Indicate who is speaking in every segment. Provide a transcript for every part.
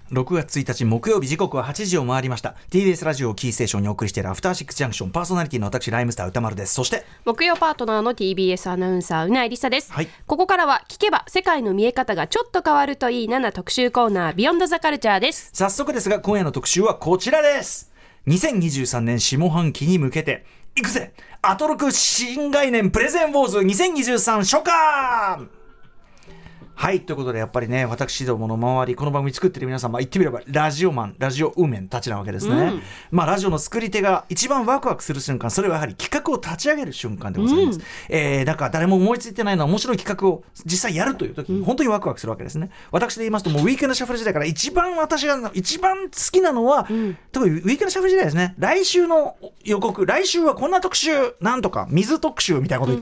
Speaker 1: 6月1日木曜日、時刻は8時を回りました。 TBS ラジオをキーステーションにお送りしているアフターシックスジャンクション、パーソナリティの私ライムスター歌丸です。そして
Speaker 2: 木曜パートナーの TBS アナウンサーうないりさです、
Speaker 1: はい、
Speaker 2: ここからは聞けば世界の見え方がちょっと変わるといいな特集コーナー、ビヨンドザカルチャーです。
Speaker 1: 早速ですが、今夜の特集はこちらです。2023年下半期に向けていくぜ、アトロク新概念プレゼンウォーズ2023初夏。はい、ということでやっぱりね、私どもの周り、この番組作ってる皆さん、言ってみればラジオマン、ラジオウーメンたちなわけですね、ラジオの作り手が一番ワクワクする瞬間、それはやはり企画を立ち上げる瞬間でございます、だから誰も思いついてないのは面白い企画を実際やるという時に本当にワクワクするわけですね。私で言いますと、もうウィークエンドシャッフル時代から私が一番好きなのは、特にウィークエンドシャッフル時代ですね。来週の予告、来週はこんな特集、なんとか水特集みたいなこと言って、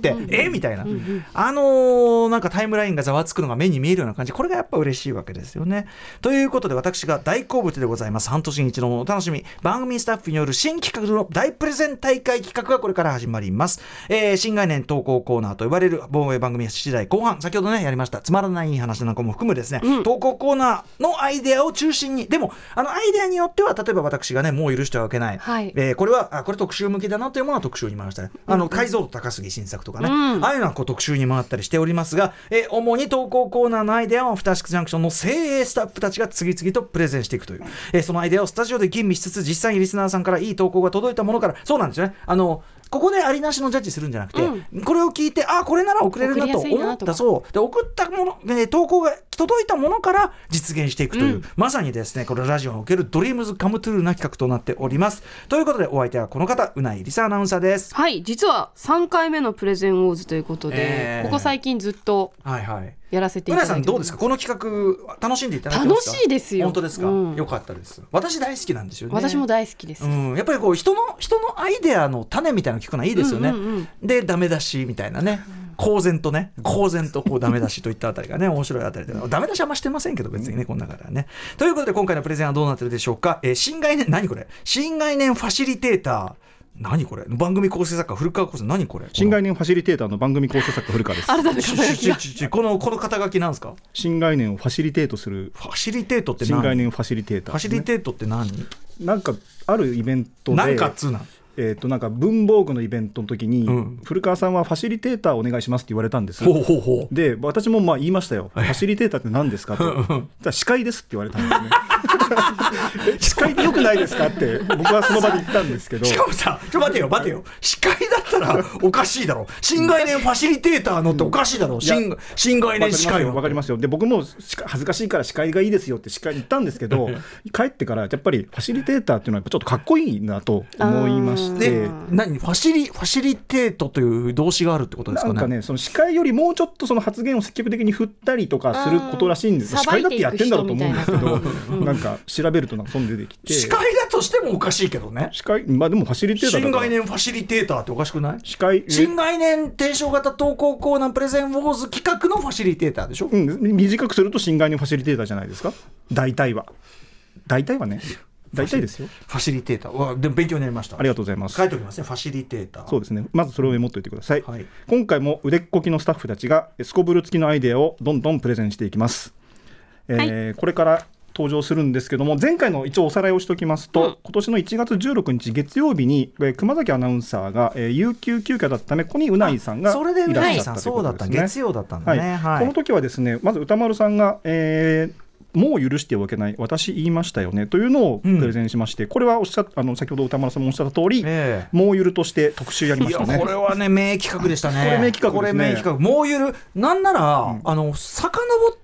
Speaker 1: みたいな、なんかタイムラインがざわつくのが目に見えるような感じ、これがやっぱ嬉しいわけですよね。ということで、私が大好物でございます、半年に一度のお楽しみ、番組スタッフによる新企画の大プレゼン大会企画がこれから始まります。新概念投稿コーナーと呼ばれる番組7時台後半、先ほどねやりましたつまらない話なんかも含むですね、投稿コーナーのアイデアを中心に、でもアイデアによっては、例えば私がね、もう許してはいけない、これ特集向きだなというものは特集に回したり、解像度高すぎ新作とかね、ああいうのは特集に回ったりしておりますが、主に投稿コーナーのアイデアをアフターシックスジャンクションの精鋭スタッフたちが次々とプレゼンしていくという、そのアイデアをスタジオで吟味しつつ、実際にリスナーさんからいい投稿が届いたものから、そうなんですよね、ここでありなしのジャッジするんじゃなくて、これを聞いて、これなら送れるなと思った、そうで送ったもの、投稿が届いたものから実現していくという、まさにですね、これラジオにおけるドリームズカムトゥルーな企画となっております。ということで、お相手はこの方、うないりさアナウンサーです。
Speaker 2: はい、実は3回目のプレゼンウォーズということで、ここ最近ずっとやらせていただいて、
Speaker 1: うなさんどうですか、この企画楽しんでいただいてますか？
Speaker 2: 楽しいですよ。
Speaker 1: 本当ですか、よかったです。私大好きなんですよね。
Speaker 2: 私も大好きです、
Speaker 1: やっぱりこう人のアイデアの種みたいなの聞くのはいいですよね、でダメ出しみたいなね、公然とこうダメ出しといったあたりがね面白いあたりで、ダメ出しはあんましてませんけど別にね、こんなからね。ということで、今回のプレゼンはどうなってるでしょうか。新概念、何これ、新概念ファシリテーター、何これ、番組構成作家古川光さん、何これ、
Speaker 3: 新概念ファシリテーターの番組構成作家古川です。
Speaker 2: 新たな肩書きが
Speaker 1: この肩書きなんですか？
Speaker 3: 新概念をファシリテートする。
Speaker 1: ファシリテートって何？
Speaker 3: 新概念ファシリテーター、
Speaker 1: ファシリテートって何？
Speaker 3: なんかあるイベントで、
Speaker 1: なんかっつうな、
Speaker 3: なんか文房具のイベントの時に、古川さんはファシリテーターお願いしますって言われたんです。で、私も言いましたよ、ファシリテーターって何ですかと司会ですって言われたんですね司会ってよくないですかって僕はその場で言ったんですけど、
Speaker 1: しかもさ、待てよ司会だったらおかしいだろ、新概念ファシリテーターのっておかしいだろ、新概念司会は。
Speaker 3: わかりますよ。で、僕も恥ずかしいから司会がいいですよって司会に言ったんですけど帰ってからやっぱりファシリテーターっていうのはちょっとかっこいいなと思いまして、
Speaker 1: で、何ファシリテートという動詞があるってことですかね。
Speaker 3: なんかね、その司会よりもうちょっとその発言を積極的に振ったりとかすることらしいんです。司会だってやってんだろうと思うんですけどなんか調べるとなんかそんで出てきて、
Speaker 1: 司会だとしてもおかしいけどね。
Speaker 3: 司会、でもファシリテーターだから
Speaker 1: 新概念ファシリテーターっておかしくない？
Speaker 3: 新
Speaker 1: 概念提唱型投稿コーナープレゼンウォーズ企画のファシリテーターでしょ、
Speaker 3: 短くすると新概念ファシリテーターじゃないですか。大体はね、大体ですよ。
Speaker 1: ファシリテーター、でも勉強になりました。
Speaker 3: ありがとうございます。
Speaker 1: 書いておきますね、ファシリテーター。
Speaker 3: そうですね、まずそれをメモっておいてください、今回も腕っこきのスタッフたちがすこぶる付きのアイデアをどんどんプレゼンしていきます、これから登場するんですけども、前回の一応おさらいをしておきますと、今年の1月16日月曜日に熊崎アナウンサーが、有給休暇だったため、ここにうないさんがいらっしゃったということですね。
Speaker 1: そうだった、月曜だったんだね、
Speaker 3: この時はですね、まず歌丸さんが、もう許してはいけない、私言いましたよねというのをプレゼンしまして、これは先ほど歌丸さんもおっしゃった通り、もうゆるとして特集やりましたね。
Speaker 1: いや、これはね、名企画でしたね。
Speaker 3: これ名企画ですね。
Speaker 1: もうゆる、なんなら、遡って、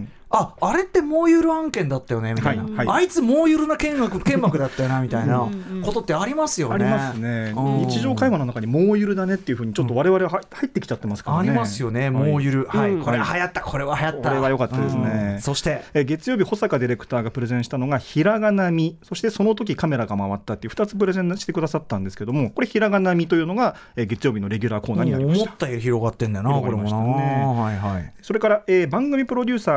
Speaker 1: あれってモーユル案件だったよねみたいな、あいつモーユルな剣幕だったよなみたいなことってありますよね。
Speaker 3: ありますね。日常会話の中にモーユルだねっていう風にちょっと我々は入ってきちゃってますからね。
Speaker 1: ありますよね、モーユル、これ流行った、これは流行った、
Speaker 3: これは良かったですね。
Speaker 1: そして
Speaker 3: 月曜日、保坂ディレクターがプレゼンしたのがひらがなみ、そしてその時カメラが回ったっていう2つプレゼンしてくださったんですけども、これひらがなみというのが月曜日のレギュラーコーナーになりました。
Speaker 1: 思ったより広がってんだよな、これもな。
Speaker 3: それから番組プロデューサー岩崎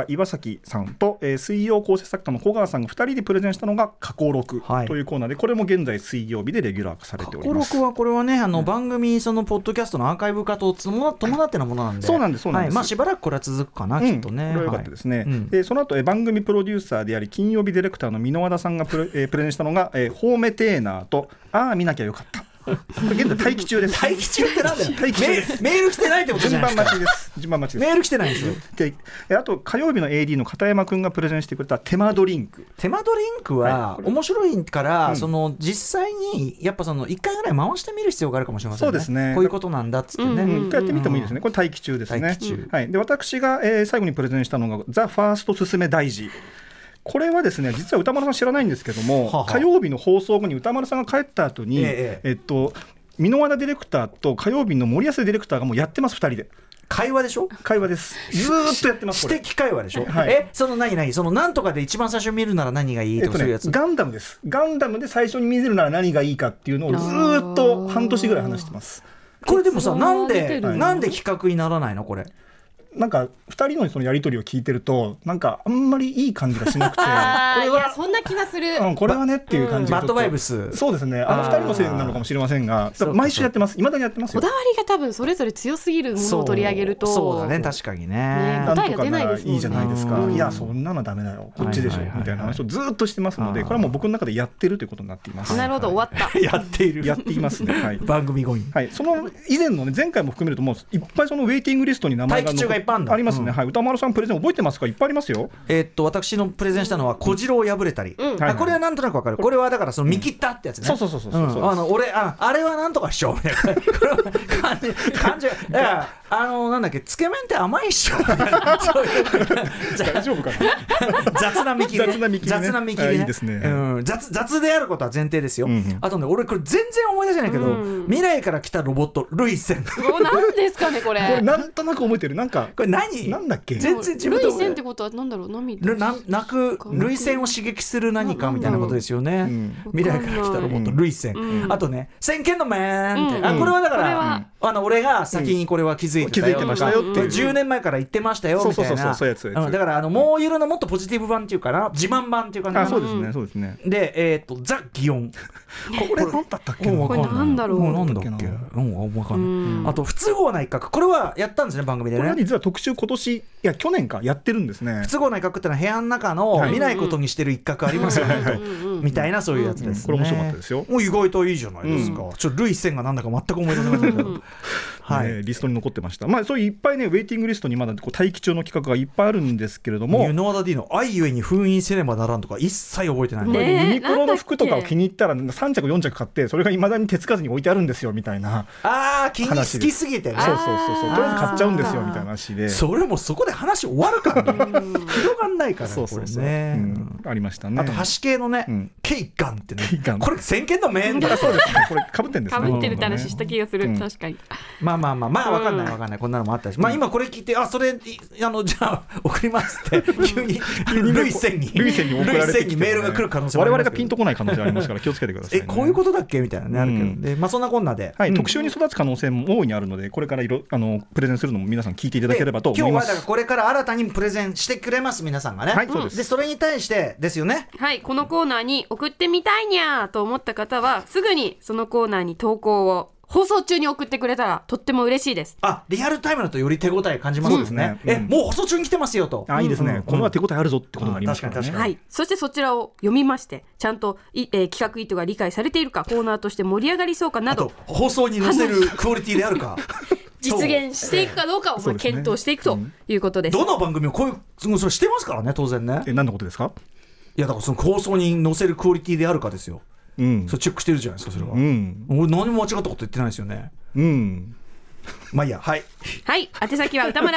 Speaker 3: 崎さんと、水曜構成作家の小川さんが2人でプレゼンしたのが過去録というコーナーで、これも現在水曜日でレギュラー化されております。
Speaker 1: 過去録はこれはね番組そのポッドキャストのアーカイブ化と伴ってのものなんで、
Speaker 3: そうなんです、
Speaker 1: まあしばらくこれは続くかな、きっとね。
Speaker 3: これは良かったですね。でその後番組プロデューサーであり金曜日ディレクターの箕輪田さんがプレゼンしたのが、ホーメテーナーと見なきゃよかった。これ現在待機中です。
Speaker 1: 待機中ってなんだよ。
Speaker 3: 待機中です。
Speaker 1: メール来てないってことじゃないですか。
Speaker 3: 順番待ちです。
Speaker 1: メール来てないんですよ。
Speaker 3: であと火曜日の AD の片山くんがプレゼンしてくれた手間ドリンク
Speaker 1: は面白いから、その実際にやっぱその1回ぐらい回してみる必要があるかもしれませんね。
Speaker 3: そうですね。
Speaker 1: こういうことなんだっつってね、
Speaker 3: 一回やってみてもいいですね。これ待機中ですね。はい。で私が、最後にプレゼンしたのがザ・ファーストすすめ大事。これはですね、実は歌丸さん知らないんですけども、火曜日の放送後に歌丸さんが帰った後に、箕輪田ディレクターと火曜日の森保ディレクターがもうやってます、2人で。
Speaker 1: 会話でしょ。
Speaker 3: 会話です。ずーっとやってます。
Speaker 1: 私的会話でしょ。
Speaker 3: はい、
Speaker 1: そのそのなんとかで一番最初見るなら何がいいとかそういうやつ。
Speaker 3: ガンダムです。ガンダムで最初に見るなら何がいいかっていうのをずーっと半年ぐらい話してます。
Speaker 1: これでもさ、なんで企画にならないのこれ。
Speaker 3: なんか2人のそのやり取りを聞いてるとなんかあんまりいい感じがしなくてこれ
Speaker 2: はそんな気がする、
Speaker 3: これはねっていう感じで、
Speaker 1: バッドバイブス。
Speaker 3: そうですね、2人のせいなのかもしれませんが毎週やってます。未だにやってますよ。
Speaker 2: こだわりが多分それぞれ強すぎるものを取り上げると
Speaker 1: そうだね、確かにね、
Speaker 2: 答えが出ないですもんね。
Speaker 3: いいじゃないですか。いやそんなのダメだよこっちでしょみたいな話をずっとしてますので、これはもう僕の中でやってるということになっています。
Speaker 2: なるほど、終わった
Speaker 1: やって
Speaker 3: いますね。
Speaker 1: 番組後に、
Speaker 3: その以前のね前回も含めるともういっぱいそのウェイティングリストに名前がありますね。歌丸さんプレゼン覚えてますか？いっぱいありますよ。
Speaker 1: 私のプレゼンしたのは小次郎破れたり、これはなんとなくわかる。これはだからその見切ったってやつね。
Speaker 3: そう
Speaker 1: 俺あれはなんとかしようみたいな感じがなんだっけ、つけ麺って甘いっしょみたいな
Speaker 3: 大丈夫かな。
Speaker 1: 雑な見切りね。
Speaker 3: いいですね。
Speaker 1: 雑であることは前提ですよ。あとね、俺これ全然思い出せないけど、未来から来たロボットルイセン。
Speaker 2: 何ですかねこれ。
Speaker 3: これなんとなく覚えてる。なんか
Speaker 1: これ
Speaker 3: なんだっけ。
Speaker 2: 全然自分でルイセンってことはなんだろう。
Speaker 1: 泣く類線を刺激する何かみたいなことですよね。未来から来たロボット類線。あとね、先見の面ってこれはだから俺が先にこれは気づいてましたよって10年前から言ってましたよみたいな。だからもうゆるのもっとポジティブ版っていうかな、自慢版っていうかな。
Speaker 3: そうですね。
Speaker 1: でザ・祇園。
Speaker 3: これ何だったっけ。
Speaker 2: これなんだろう。
Speaker 1: なんだっけ。分かんない。あと不都合な一角、これはやったんですね番組でね。
Speaker 3: これは実は特集今年去年かやってるんですね。
Speaker 1: 不都合な一角ってのは部屋の中の見ないことにしてる一角ありますよねみたいな、そういうやつですね。
Speaker 3: これ面白かったですよ。
Speaker 1: 意外といいじゃないですか。ルイセンがなんだか全く思い出せませんけど、
Speaker 3: リストに残ってました。そういういっぱいねウェイティングリストにまだ待機中の企画がいっぱいあるんですけれども、
Speaker 1: ユノワダ D の愛ゆえに封印せねばならんとか一切覚えてない。
Speaker 3: ユニクロの服とかを気に入ったら3着4着買って、それがいまだに手つかずに置いてあるんですよみたいな。
Speaker 1: 好きすぎてね。
Speaker 3: そうとりあえず買っちゃうんですよみたいな話で、
Speaker 1: それもそこで話終わるからね。広がんないからこれね。
Speaker 3: ありましたね。
Speaker 1: あと橋系のねケイガンってね、これ先見の面だ。
Speaker 3: そうですね。これ被ってんですね。
Speaker 2: 被ってるって話した気がする。確かに。
Speaker 1: まあ分かんないこんなのもあったし、今これ聞いてそれじゃあ送りますって急にルイセンに
Speaker 3: 送られてきて
Speaker 1: メールが来る可能性もあります。
Speaker 3: 我々がピンとこない可能性ありますから気をつけてくださいね。
Speaker 1: こういうことだっけみたいなねあるけど、でそんなこんなで
Speaker 3: 特集に育つ可能性も大いにあるので、これからプレゼンするのも皆さん聞いていただければと思います。
Speaker 1: 今日はだからこれから新たにプレゼンしてくれます皆さんがね。
Speaker 3: そうです。
Speaker 1: でそれに対してですよね。
Speaker 2: このコーナーに送ってみたいにゃーと思った方はすぐにそのコーナーに投稿を放送中に送ってくれたらとっても嬉しいです。
Speaker 1: リアルタイムだとより手応え感じますよね。もう放送中に来てますよと。
Speaker 3: いいですね。これは手応えあるぞってことになりますからね。
Speaker 2: そしてそちらを読みましてちゃんと企画意図が理解されているか、コーナーとして盛り上がりそうかなど、
Speaker 1: 放送に載せるクオリティであるか
Speaker 2: 実現していくかどうかを検討していくということです。
Speaker 1: どの番組もこういうそれしてますからね当然ね。
Speaker 3: 何のことですか。
Speaker 1: いやだからその放送に載せるクオリティであるかですよ。それチェックしてるじゃないですかそれは。俺何も間違ったこと言ってないですよね。まあいいや。宛
Speaker 2: 先は歌丸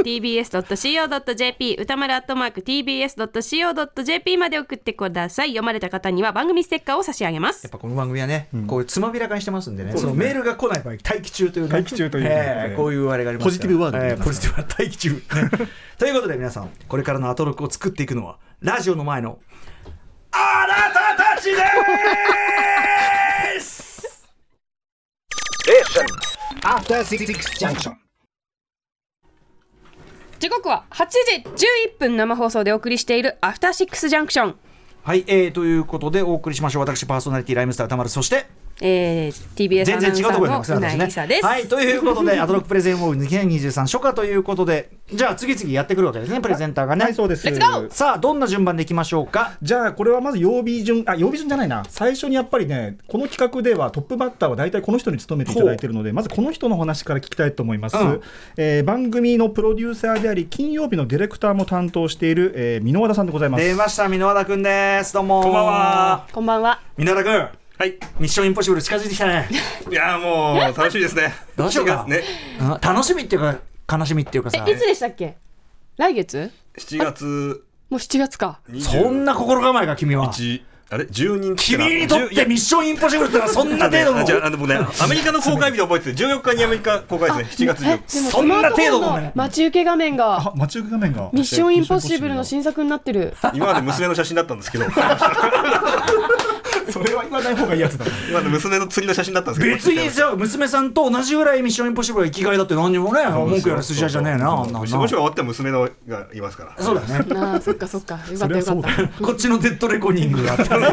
Speaker 2: @tbs.co.jp 歌丸@tbs.co.jp まで送ってください。読まれた方には番組ステッカーを差し上げます。
Speaker 1: やっぱこの番組はね、こういうつまびらかにしてますんでね、そのメールが来ない場合待機中というこういうあれがありますから、
Speaker 3: ポジティブワード、
Speaker 1: ポジティブは待機中ということで皆さんこれからのアトロクを作っていくのはラジオの前のあなたたちです。
Speaker 4: After 66 junction.
Speaker 2: 時刻は8時11分生放送でお送りしているアフターシックスジャンクション。
Speaker 1: はい、ということでお送りしましょう。私パーソナリティライムスター歌丸、そして
Speaker 2: TBS アナウンサーのうないりさです。
Speaker 1: はい、ということでアトロックプレゼンウォール2023初夏ということで、じゃあ次々やってくるわけですね、プレゼンターがね。
Speaker 3: はい、そうです。
Speaker 1: さあどんな順番でいきましょうか。
Speaker 3: じゃあこれはまず曜日順じゃないな、最初にやっぱりね、この企画ではトップバッターは大体この人に務めていただいているので、まずこの人の話から聞きたいと思います。番組のプロデューサーであり金曜日のディレクターも担当している、箕輪田さんでございます。
Speaker 1: 出ました、箕輪田くんです。どうも。
Speaker 4: こんばんは。
Speaker 2: こんばんは。
Speaker 1: 箕輪田くん、
Speaker 4: はい、
Speaker 1: ミッションインポッシブル近づいてきたね。
Speaker 4: いやもう楽しみですね。
Speaker 1: どうしようか、
Speaker 4: ね、
Speaker 1: 楽しみっていうか悲しみっていうかさ、
Speaker 2: いつでしたっけ。来月
Speaker 4: 7月。
Speaker 2: もう7月か。
Speaker 1: そんな心構えが君は。
Speaker 4: あれ10人
Speaker 1: 君にとってミッションインポッシブルってのはそんな程度の
Speaker 4: じゃあ僕ね、アメリカの公開日で覚えてて14日にアメリカ公開ですね。7月14日。
Speaker 1: そんな程度のね、
Speaker 2: 待ち受け画面が
Speaker 3: 待ち受け画面が
Speaker 2: ミッションインポッシブルの新作になってる。
Speaker 4: 今まで娘の写真だったんですけど
Speaker 3: それは言わない方がいいやつだ。
Speaker 4: 今まで娘の釣りの写真だったんですけど、
Speaker 1: 別にじゃあ娘さんと同じぐらいミッションインポッシブルが生きがいだって何にもね文句やら筋合いじゃねえな。
Speaker 4: もし終わっても娘のがいますから。
Speaker 1: そうだね。
Speaker 2: ああ、そっかそっか、よかったよかった。
Speaker 1: こっちのデッドレコーディングがあった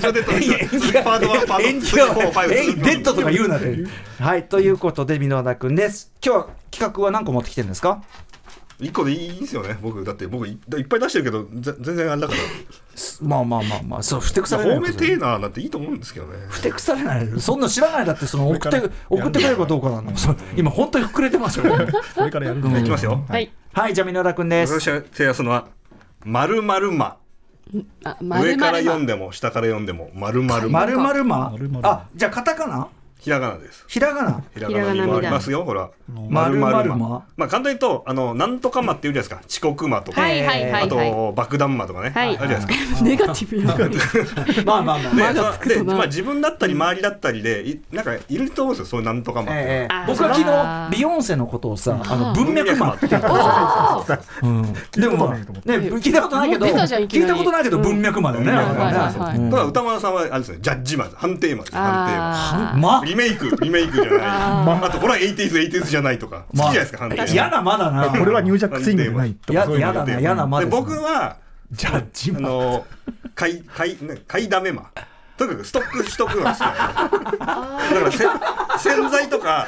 Speaker 4: 演技
Speaker 1: はデッドとか言うなで。はい、ということで箕輪田くんです。今日は企画は何個持ってきてるんですか。
Speaker 4: 1個でいいんですよね。僕だって僕いっぱい出してるけど全然あれだから。
Speaker 1: まあそう、ふてくされない。
Speaker 4: ホームテーナーなんていいと思うんですけどね。
Speaker 1: ふてくされない。そんな知らない。だってその送ってくれるかどうかなの。今本当に膨れてますよ。
Speaker 3: これからやるんで
Speaker 4: いきますよ。
Speaker 2: はい
Speaker 1: はい、じゃあ箕輪田くんです。
Speaker 4: 私が提案するのは〇〇ま。上から読んでも下から読んでも〇〇ま。
Speaker 1: 〇〇ま。あ、じゃあカタカナ？
Speaker 4: ひらがなです。
Speaker 1: ひらがな
Speaker 4: にもありますよ。ほら、
Speaker 1: 〇〇ま。
Speaker 4: まあ簡単に言うとなんとかまって言うじゃないですか。遅刻まとか、あと爆弾まとかね、あるじゃないですか。
Speaker 2: ネガティブ。
Speaker 1: まあ
Speaker 4: で自分だったり周りだったりでなんかいると思うんですよ。そういうなんとかまって。
Speaker 1: 僕は昨日ビヨンセのことをさ、文脈まって言ってた。でもね、聞いたことないけど文脈まだよね。
Speaker 4: ただ歌丸さんはあれですね、ジャッジま、判定まです。判定ま。リメイクじゃない。あとこれは 80s じゃないとか好きじゃないですか。判定。
Speaker 1: 嫌なまだな。
Speaker 3: これはニュージャックスイングじゃないとか。
Speaker 1: 嫌なまで。
Speaker 4: 僕は
Speaker 1: ジャッジま。
Speaker 4: 買いだめま。とにかくストックしとくのが好きだから洗剤とか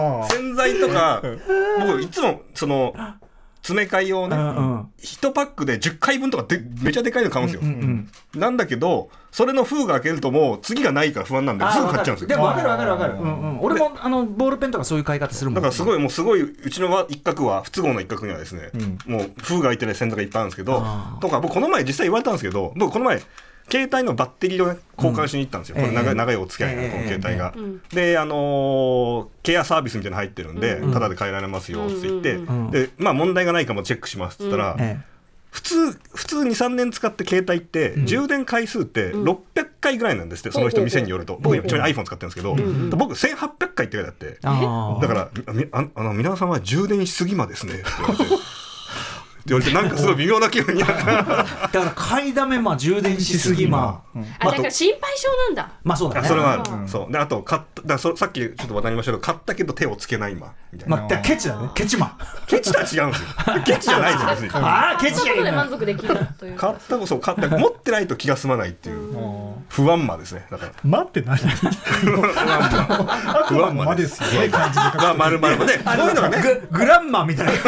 Speaker 4: 僕いつもその詰め替え用ね、1パックで10回分とかめちゃでかいの買うんですよ。なんだけどそれの封が開けるともう次がないから不安なんですぐ買っちゃうんですよ。
Speaker 1: でも分かる。俺もボールペンとかそういう買い方するもん。
Speaker 4: だからすごいうちの一角は不都合の一角にはですね、もう封が開いてない洗剤がいっぱいあるんですけど、とか僕この前実際言われたんですけど、僕この前携帯のバッテリーを、ね、交換しに行ったんですよ。これ長いお付き合いのこの携帯が。でケアサービスみたいなの入ってるんで、タダで変えられますよって言って、でまあ問題がないかもチェックしますって言ったら、普通 2,3 年使って携帯って、充電回数って600回ぐらいなんですって、その人店によると。僕ちなみに iPhone 使ってるんですけど、僕1800回って書いてあって、だから皆さんは充電しすぎまですねって言われて。って言われてなんかすごい微妙な気分になっただ
Speaker 1: から買いだめま充電しすぎま、
Speaker 2: だから心配性なんだ。
Speaker 1: まあそうだね。
Speaker 4: それはある。そうで、あとさっきちょっと話題になりましたけど、買ったけど手をつけないまみたいな。
Speaker 1: ケチだね。ケチま。
Speaker 4: ケチとは違うんですよ。ケチじゃないですよ。
Speaker 2: ケチで満足できるという。
Speaker 4: 買った持ってないと気が済まないっていう不安まですね。だから
Speaker 3: 待って何？不安まですよね。感じで。
Speaker 4: まあ丸々でこういうのがね、
Speaker 1: グランマみたいな。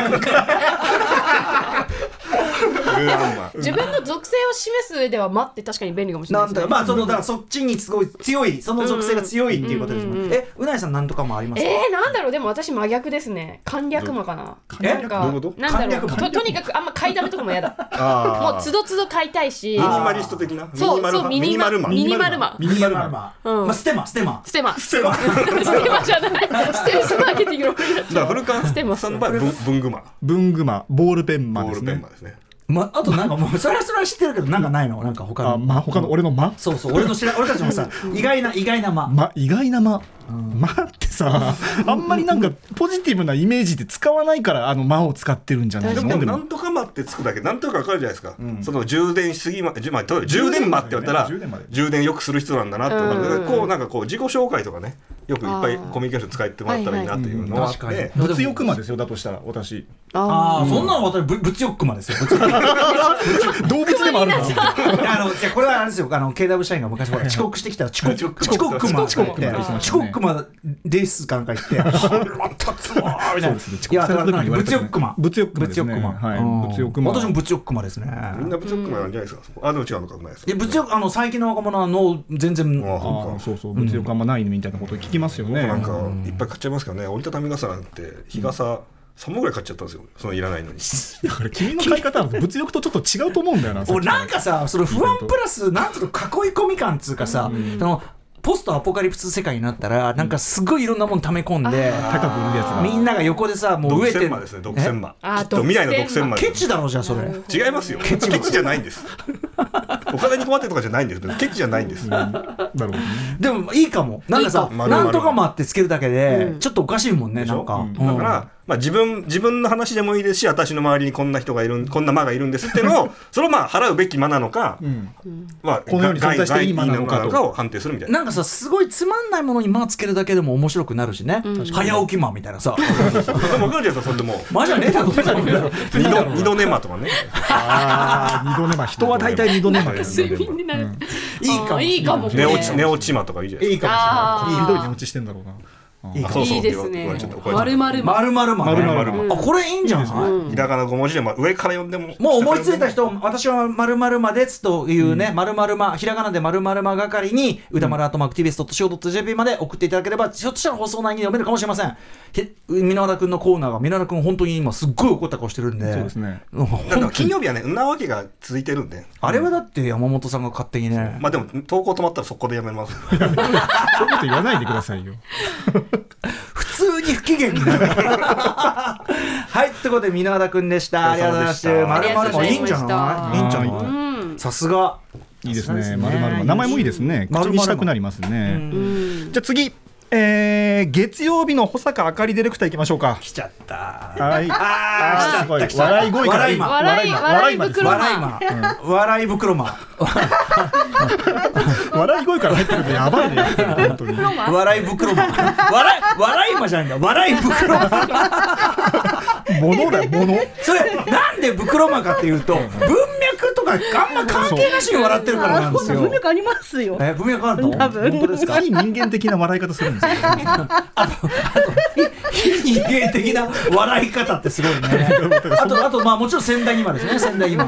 Speaker 2: 自分の属性を示す上では待って確かに便利かもしれないですね。
Speaker 1: まあだからそっちにすごい強い、その属性が強いっていうことですもんね。うなえさんなんとかもありますか？
Speaker 2: なんだろう。でも私真逆ですね。簡略魔かな。なんかなんだろう。とにかくあんま買いだめとかも嫌だ。もうつどつど買いたいし。
Speaker 4: ミニマリスト的な。
Speaker 2: そうミニマルマ。
Speaker 1: ステマじゃない。
Speaker 2: ステマじゃない。ステルスマーケティングの。
Speaker 4: だから古川さんの場合
Speaker 3: 文具マ、ボールペンマですね。
Speaker 1: あとなんかもうそれは知ってるけどなんかないの？なんか他の。
Speaker 3: 他の俺の間？
Speaker 1: そう俺たちもさ意外な間。
Speaker 3: 意外な間ってさ、あんまりなんかポジティブなイメージで使わないから間を使ってるんじゃないの？
Speaker 4: でもなんとか間ってつくだけなんとかわかるじゃないですか。その充電しすぎ充電間って言われたら充電よくする人なんだなって、こうなんかこう自己紹介とかねよくいっぱいコミュニケーション使ってもらったらいいなっていうのはあって、
Speaker 3: 物欲魔ですよ。だとしたら私
Speaker 1: そんなの私物欲魔ですよ。
Speaker 3: 動物でもあるんですよ。
Speaker 1: これはあれですよ、KW 社員が昔ほら遅刻してきたら遅刻魔ですかなんか言って腹立つわーみたいな。いや物欲魔
Speaker 3: 物欲魔
Speaker 1: 私も物欲魔ですね。
Speaker 4: みんな物欲魔なんじゃないですか。でも違うのかないですか。
Speaker 1: 物欲最近の若者は全然
Speaker 3: そう物欲あんまないみたいなこと聞きますよね。
Speaker 4: なんかいっぱい買っちゃいますからね。折りたたみ傘なんて日傘3本ぐらい買っちゃったんですよ。そのいらないのに。
Speaker 3: だから君の買い方は物欲とちょっと違うと思うんだよな。
Speaker 1: 俺なんかさ、その不安プラスなんつうの囲い込み感つうかさ、ポストアポカリプス世界になったらなんかすごいいろんなもの溜め込んで
Speaker 3: 高く売るやつが
Speaker 1: みんなが横でさもう飢えてる。
Speaker 4: 独占魔ですね。独占魔。未来の独占魔。
Speaker 1: ケチだろじゃあそれ。
Speaker 4: 違いますよ。ケチじゃないんです。お金に困ってるとかじゃないんです。ケチじゃないんです。
Speaker 1: でもいいかも。なんかさなんとか魔ってつけるだけでちょっとおかしいもんね。なんか
Speaker 4: だからまあ自分の話でもいいですし、私の周りにこんな人がいる、こんな魔がいるんですっていうのをそれをまあ払うべき魔なのか、まあ
Speaker 3: このように存在していい魔なのか
Speaker 4: を判定するみたいな。
Speaker 1: なんかさすごいつまんないものに魔つけるだけでも面白くなるしね。早起き魔みたいなさ。
Speaker 4: でも分かるじゃないですか。それでも
Speaker 1: 魔じゃねえだろ。
Speaker 4: 二度寝魔とかね。
Speaker 3: 二度寝魔。人は大体二度寝魔です。
Speaker 2: 睡眠になる。
Speaker 1: いいかも。
Speaker 4: 寝落ち魔とかいいじゃないですか。
Speaker 1: いいかもしれない。
Speaker 3: ひどい寝落ちしてんだろうな。
Speaker 2: いいですね。丸々
Speaker 1: あ、これいいんじゃない？
Speaker 4: ひらがな5文字で上から読んでも。
Speaker 1: もう思いついた人、私は〇〇まですというね、〇〇まひらがなで〇〇ま係に歌丸@activist.co.jp まで送っていただければ、ひょっとしたら放送内に読めるかもしれません。箕輪田くんのコーナーが箕輪田くん本当に今すっごい怒った顔してるんで。
Speaker 3: そうですね。
Speaker 4: だから金曜日はね、んなわけが続いてるんで。
Speaker 1: あれはだって山本さんが勝手にね。
Speaker 4: まあでも投稿止まったらそこでやめます。
Speaker 3: そういうこと言わないでくださいよ。
Speaker 1: 普通に不機嫌になる。はい、ということで箕輪田くんでした。ありがとうございました。丸々もいいんじゃない？いいんじゃない？さすが。
Speaker 3: いいですね。丸々名前もいいですね。口にしたくなりますね。じゃあ次。月曜日の保坂あかりディレクター行きましょうか。
Speaker 1: 来ちゃった。
Speaker 3: はい。すごい。笑い声から今。
Speaker 2: 笑い袋魔。
Speaker 1: 笑い袋魔。
Speaker 3: 笑い声から入ってるとやばいね。本当に。
Speaker 1: 笑い袋魔。笑い魔じゃないんだ。笑い袋魔。
Speaker 3: 物だよ物。
Speaker 1: それなんで袋魔かっていうと文脈とかあんま関係なしに笑ってるからなんですよ。
Speaker 5: 文脈ありますよ。
Speaker 1: 文脈あるの？
Speaker 5: 多分。
Speaker 1: 本当ですか？
Speaker 3: 非人間的な笑い方するんですよ。
Speaker 1: あと非人間的な笑い方ってすごいね。あとまあもちろん仙台今ですね。仙台今。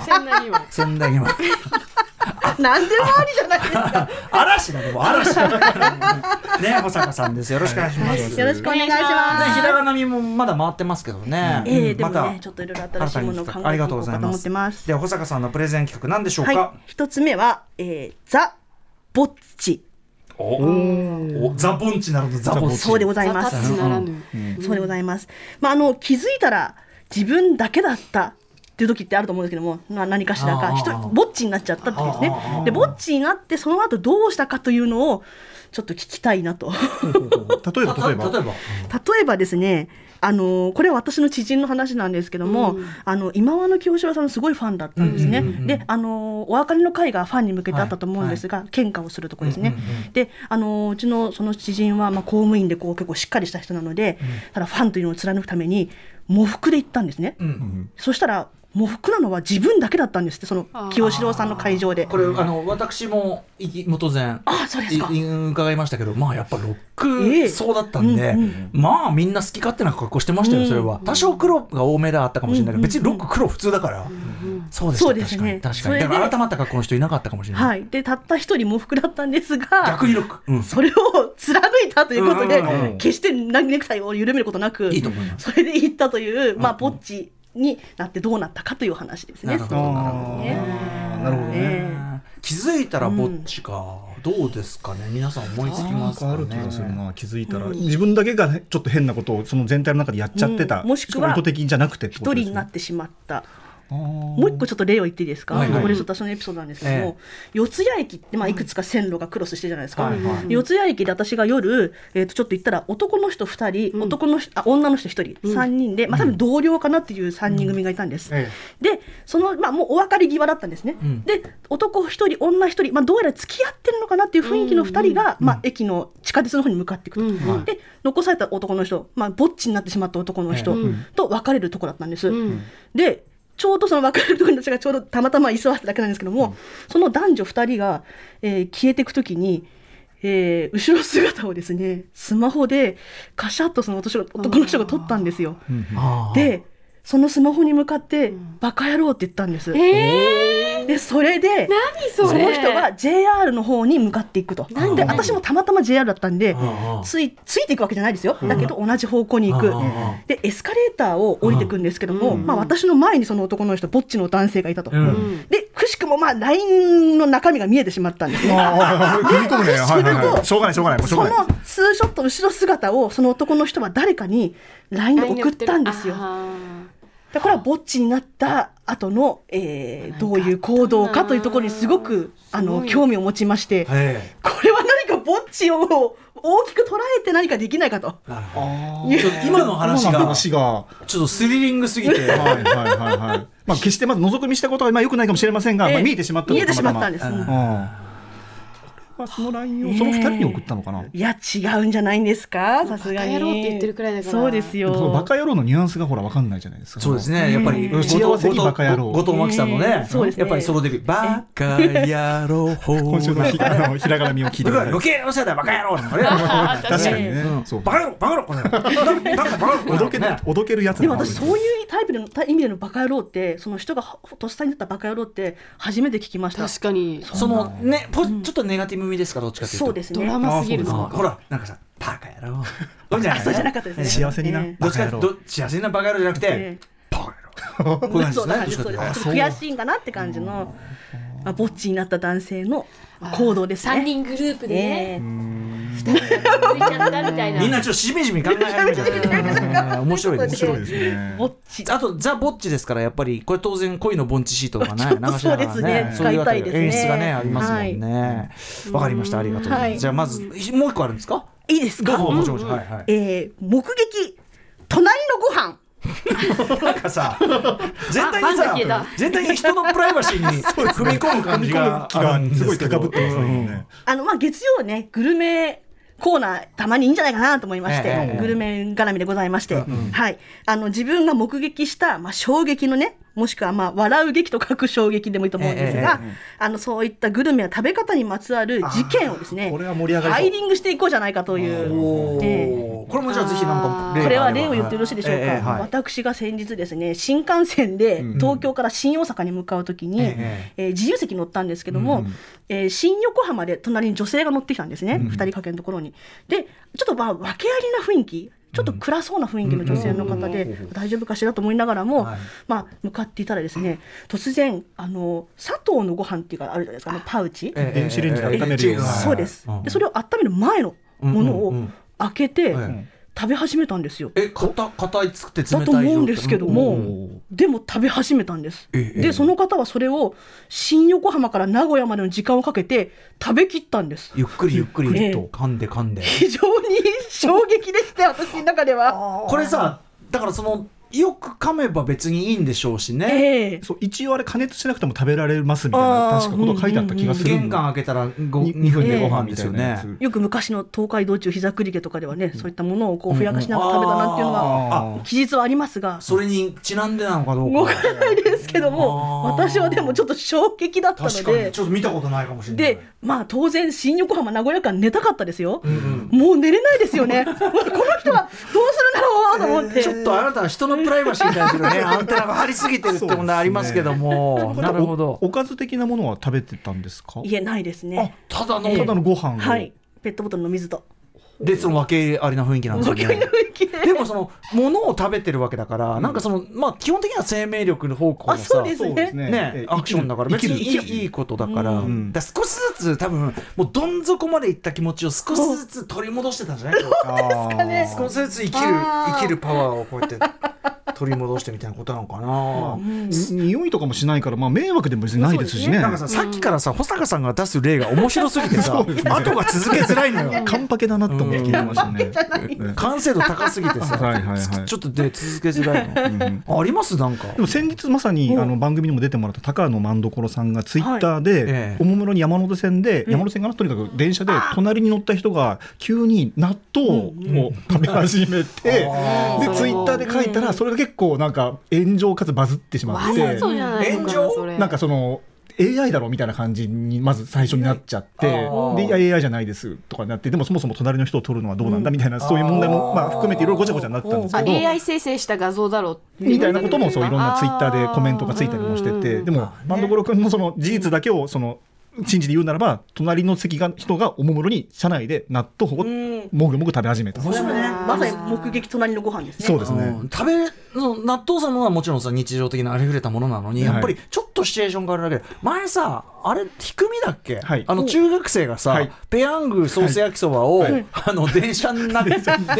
Speaker 5: なんでもありじゃないですか。
Speaker 1: 嵐だね、もう嵐。ね、保坂さんです。よろしくお願いします。
Speaker 5: よろしくお願いします。
Speaker 1: ひらがなみもまだ回ってますけどね。
Speaker 5: でもね、ちょっといろいろ新しいものを考えていこうかと思ってます。
Speaker 1: では保坂さんのプレゼン企画何でしょうか。
Speaker 5: 一つ目はザ・ぼっち。
Speaker 1: ザ・ボンチならぬザ・ぼっち。
Speaker 5: そうでございます。そうでございます。まあ気づいたら自分だけだったっていう時ってあると思うんですけども、何かしらかぼっちになっちゃったってですね。でぼっちになってその後どうしたかというのをちょっと聞きたいなと。
Speaker 3: 例
Speaker 5: えばですね、これは私の知人の話なんですけども、今和の清志郎さんのすごいファンだったんですね。でお別れの会がファンに向けてあったと思うんですが、喧嘩をするところですね。でうちのその知人は公務員で結構しっかりした人なので、ただファンというのを貫くために喪服で行ったんですね。そしたら喪服なのは自分だけだったんですって、その清志郎さんの会場で。
Speaker 1: これ私も当然伺いましたけど、まあやっぱロックそうだったんで、まあみんな好き勝手な格好してましたよ。それは多少黒が多めだったかもしれないけど、別にロック黒普通だから。そうですね。確かにだから改まった格好の人いなかったかもしれない。
Speaker 5: はい。でたった一人喪服だったんですが、
Speaker 1: 逆にロック、
Speaker 5: それを貫いたということで、決してネクタイを緩めることなく、それで行ったという、ぼっちになってどうなったかという話ですね。なるほ
Speaker 3: どね。
Speaker 1: 気づいたらぼっちか。どうですかね。皆さん思いつきますかね。
Speaker 3: ある気がするな。気づいたら自分だけがちょっと変なことをその全体の中でやっちゃってた。
Speaker 5: もしくは
Speaker 3: 意図的じゃなくて
Speaker 5: 一人になってしまった。 もう一個ちょっと例を言っていいですか、これ私のエピソードなんですけども、四谷駅って、いくつか線路がクロスしてるじゃないですか、四谷駅で私が夜、ちょっと行ったら男の人2人、女の人1人、3人で、多分同僚かなっていう3人組がいたんです、でその、もうお別れ際だったんですね、で男1人女1人、どうやら付き合ってるのかなっていう雰囲気の2人が、駅の地下鉄の方に向かっていくと、で残された男の人、ぼっちになってしまった男の人と別れるところだったんです、でちょうどその別れるところに私がちょうどたまたま居座っただけなんですけども、その男女2人が、消えていくときに、後ろ姿をですねスマホでカシャッとその男の人が撮ったんですよ。でそのスマホに向かってバカ野郎って言ったんです。でそれでその人が JR の方に向かっていくと。で私もたまたま JR だったんでついていくわけじゃないですよ。だけど同じ方向に行く。でエスカレーターを降りていくんですけども、私の前にその男の人ぼっちの男性がいたと。でくしくもLINE の中身が見えてしまったんですね。
Speaker 3: しょうがない
Speaker 5: そのツーショット後ろ姿をその男の人は誰かに LINE で送ったんですよ。だからぼっちになった後の、どういう行動かというところにすごく興味を持ちまして、これは何かぼっちを大きく捉えて何かできないかと。
Speaker 1: 今の話がちょっとスリリングすぎて
Speaker 3: 決してまず覗き見したことは良くないかもしれませんが、見えてしまった
Speaker 5: んです。
Speaker 3: その LINE をその2人に送ったのかな。
Speaker 5: いや違うんじゃないんですか、さすがに。
Speaker 2: バカ野郎って言ってるくらいだから。
Speaker 5: そうですよ。
Speaker 3: そのバカ野郎のニュアンスがほら分かんないじゃないですか。
Speaker 1: そうですね、やっぱり
Speaker 3: 幸せにバカ野郎、
Speaker 1: 後藤真希さんのね、やっぱりソロデビューバカ野郎
Speaker 3: 今週のひらがなみを聞いてください。
Speaker 1: 余計なお世話だバカ野郎
Speaker 3: 確かにね、
Speaker 1: バカ野郎バカ野郎
Speaker 3: おどけるやつ。
Speaker 5: でも私そういうタイプの意味でのバカ野郎って、その人がとっさになったバカ野郎って初めて聞きました。
Speaker 2: 確かに
Speaker 1: そのねちょっとネガティブ味ですか、どっちかというと。
Speaker 5: そうですね。
Speaker 2: ドラマすぎるな。
Speaker 1: ほらなんかさバカ野郎
Speaker 5: そうじゃなかったですね。
Speaker 3: 幸せにな
Speaker 1: どっちか幸せなバカ野郎じゃなくてバカ野郎こういう感じですね。
Speaker 5: 悔しいんかなって感じのぼっちになった男性の行動ですね。
Speaker 2: 3人グループでね2人がついちゃったみたいな。
Speaker 1: みんなちょっとしみじみ考え始めちゃう。面白いです
Speaker 3: ね。
Speaker 5: ぼっち、
Speaker 1: あとザ・ぼっちですから、やっぱりこれ当然恋の盆地シートとかね流しながらね、
Speaker 5: 使いたいですね。
Speaker 1: 演出がねありますもんね。わかりました、ありがとう。じゃあまずもう一個あるんですか。
Speaker 5: いいですか。
Speaker 1: もちろん。
Speaker 5: 目撃隣のご飯。
Speaker 1: なんかさ絶対に人のプライバシーに踏み込む感じが
Speaker 3: すごい高ぶってますね。
Speaker 5: 月曜ねグルメコーナーたまにいいんじゃないかなと思いまして、グルメ絡みでございまして、自分が目撃した、衝撃のね、もしくは笑う劇と書く衝撃でもいいと思うんですが、そういったグルメや食べ方にまつわる事件をですね、
Speaker 3: これは盛り上がりそう。
Speaker 5: ハイリングしていこうじゃないかという、
Speaker 1: これもじゃあぜひなんか
Speaker 5: これは例を言ってよろしいでしょうか。私が先日ですね、新幹線で東京から新大阪に向かうときに、自由席乗ったんですけども、新横浜で隣に女性が乗ってきたんですね、2人掛けのところに。でちょっと訳ありな雰囲気、ちょっと暗そうな雰囲気の女性の方で、大丈夫かしらと思いながらも、向かっていたらですね、突然砂糖のご飯っていうかあるじゃないですか、パウチ、
Speaker 3: 電子レンジで温めるような。
Speaker 5: そうです。でそれを温める前のものを開けて食べ始めたんですよ。
Speaker 1: 硬いつくて冷たい
Speaker 5: だと思うんですけども、でも食べ始めたんです。でその方はそれを新横浜から名古屋までの時間をかけて食べきったんです。
Speaker 1: ゆっくりと噛んで
Speaker 5: 非常に衝撃でした、私の中では。
Speaker 1: これさ、だからそのよく噛めば別にいいんでしょうしね、
Speaker 3: そう一応あれ加熱しなくても食べられますみたいな確かこと書いてあった気がする。
Speaker 1: 玄関開けたら2分でご飯ですよね。
Speaker 5: よく昔の東海道中膝栗毛とかではね、そういったものをふやかしながら食べたなんていうのは記述はありますが、
Speaker 1: それにちなんでなのかどうか
Speaker 5: わからないですけども、私はでもちょっと衝撃だったので、
Speaker 1: 確かにちょっと見たことないかもしれない。
Speaker 5: で当然新横浜名古屋間寝たかったですよ、もう寝れないですよねこの人はどうするんだろうと思って、
Speaker 1: ちょっとあなたは人のプライバシーに対するねアンテナが張りすぎてるって問題ありますけども、なるほど。
Speaker 3: おかず的なものは食べてたんですか。
Speaker 5: いえないですね。
Speaker 1: ただの
Speaker 3: ご飯を、
Speaker 5: ペットボトルの水と
Speaker 1: でその訳ありな雰囲気なんですよね。でもその物を食べてるわけだから、なんかその基本的には生命力の方向のさ、
Speaker 5: そうですね、
Speaker 1: アクションだから別にいいことだから、少しずつ多分もうどん底までいった気持ちを少しずつ取り戻してたんじゃないですかね。少しずつ生きるパワーをこうやって取り戻してみたいなことなのかな。
Speaker 3: 匂いとかもしないから、まあ、迷惑でも別にないですしね。
Speaker 1: なんかさっきからさ保坂さんが出す例が面白すぎてさ、後が続けづらいのよ。
Speaker 3: カンパケだなと思って聞いてましたね。
Speaker 1: 完成度高すぎてさ、ちょっとで続けづらいの。ありますなんか。
Speaker 3: でも先日まさに番組にも出てもらった高野万所さんがツイッターで、おもむろに山手線で、山手線かな、とにかく電車で隣に乗った人が急に納豆を食べ始めて、でツイッターで書いたらそれが結構なんか炎上かつバズってしまって、
Speaker 2: 炎上
Speaker 3: なんかそのAI だろうみたいな感じにまず最初になっちゃって、で AI じゃないですとかになって、でもそもそも隣の人を撮るのはどうなんだみたいな、そういう問題もまあ含めていろいろごちゃごちゃになったんですけど、
Speaker 2: AI 生成した画像だろう
Speaker 3: みたいなこともそういろんなツイッターでコメントがついたりもしてて、でも万所君のその事実だけをその信じて言うならば、隣の席が人がおもむろに車内で納豆をもぐもぐ食べ始めた。
Speaker 5: まさに目撃隣のご飯ですね。
Speaker 3: そうですね。
Speaker 1: 納豆さんのはもちろんさ日常的なありふれたものなのに、やっぱりちょっとシチュエーションがあるだけで、前さあれ低みだっけ、中学生がさ、ペヤングソース焼きそばを、電車の中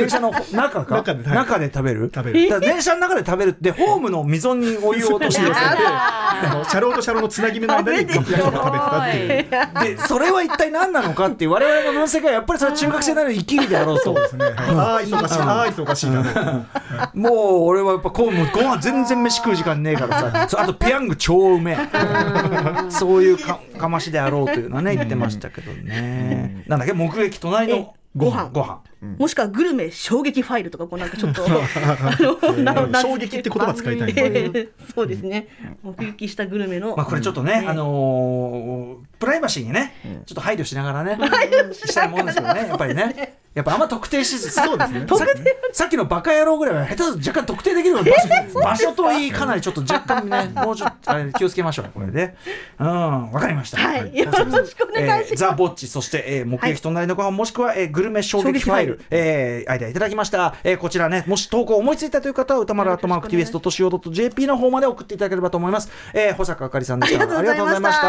Speaker 1: で食べる。電車の中で食べるってホームの溝にお湯を落として
Speaker 3: 車両と車両のつなぎ目の間に焼きそば食べてたっていう。
Speaker 1: でそれは一体何なのかっていう我々の分析がやっぱりそれは中学生なりの生きりであろうと。
Speaker 3: そうですね。忙しいな。
Speaker 1: もう俺はやっぱご飯全然飯食う時間ねえからさ、あとペヤング超うめえそういうかましであろうというのはね言ってましたけどね。なんだっけ、目撃隣のご飯、
Speaker 5: もしくはグルメ衝撃ファイルとか、こうなんかちょっと
Speaker 3: 衝撃って言葉使いたい。
Speaker 5: そうですね。目撃したグルメの、
Speaker 1: まあこれちょっとね、プライバシーにねちょっと配慮しながらねしたいもんですけどね、やっぱりね。やっぱあんま特定しず、そうですね。さっきのバカ野郎ぐらいは下手すると若干特定できる場所といい、かなりちょっと若干ね、もうちょっと気をつけましょうねこれで。わかりました。
Speaker 5: よろしくお願いします。
Speaker 1: ザ・ボッチ、そして目撃隣のご飯、もしくはグルメ衝撃ファイル、アイデアいただきました。こちらね、もし投稿思いついたという方は歌丸@tbs.co.jp の方まで送っていただければと思います。保坂あかりさんでした。ありがとうございました。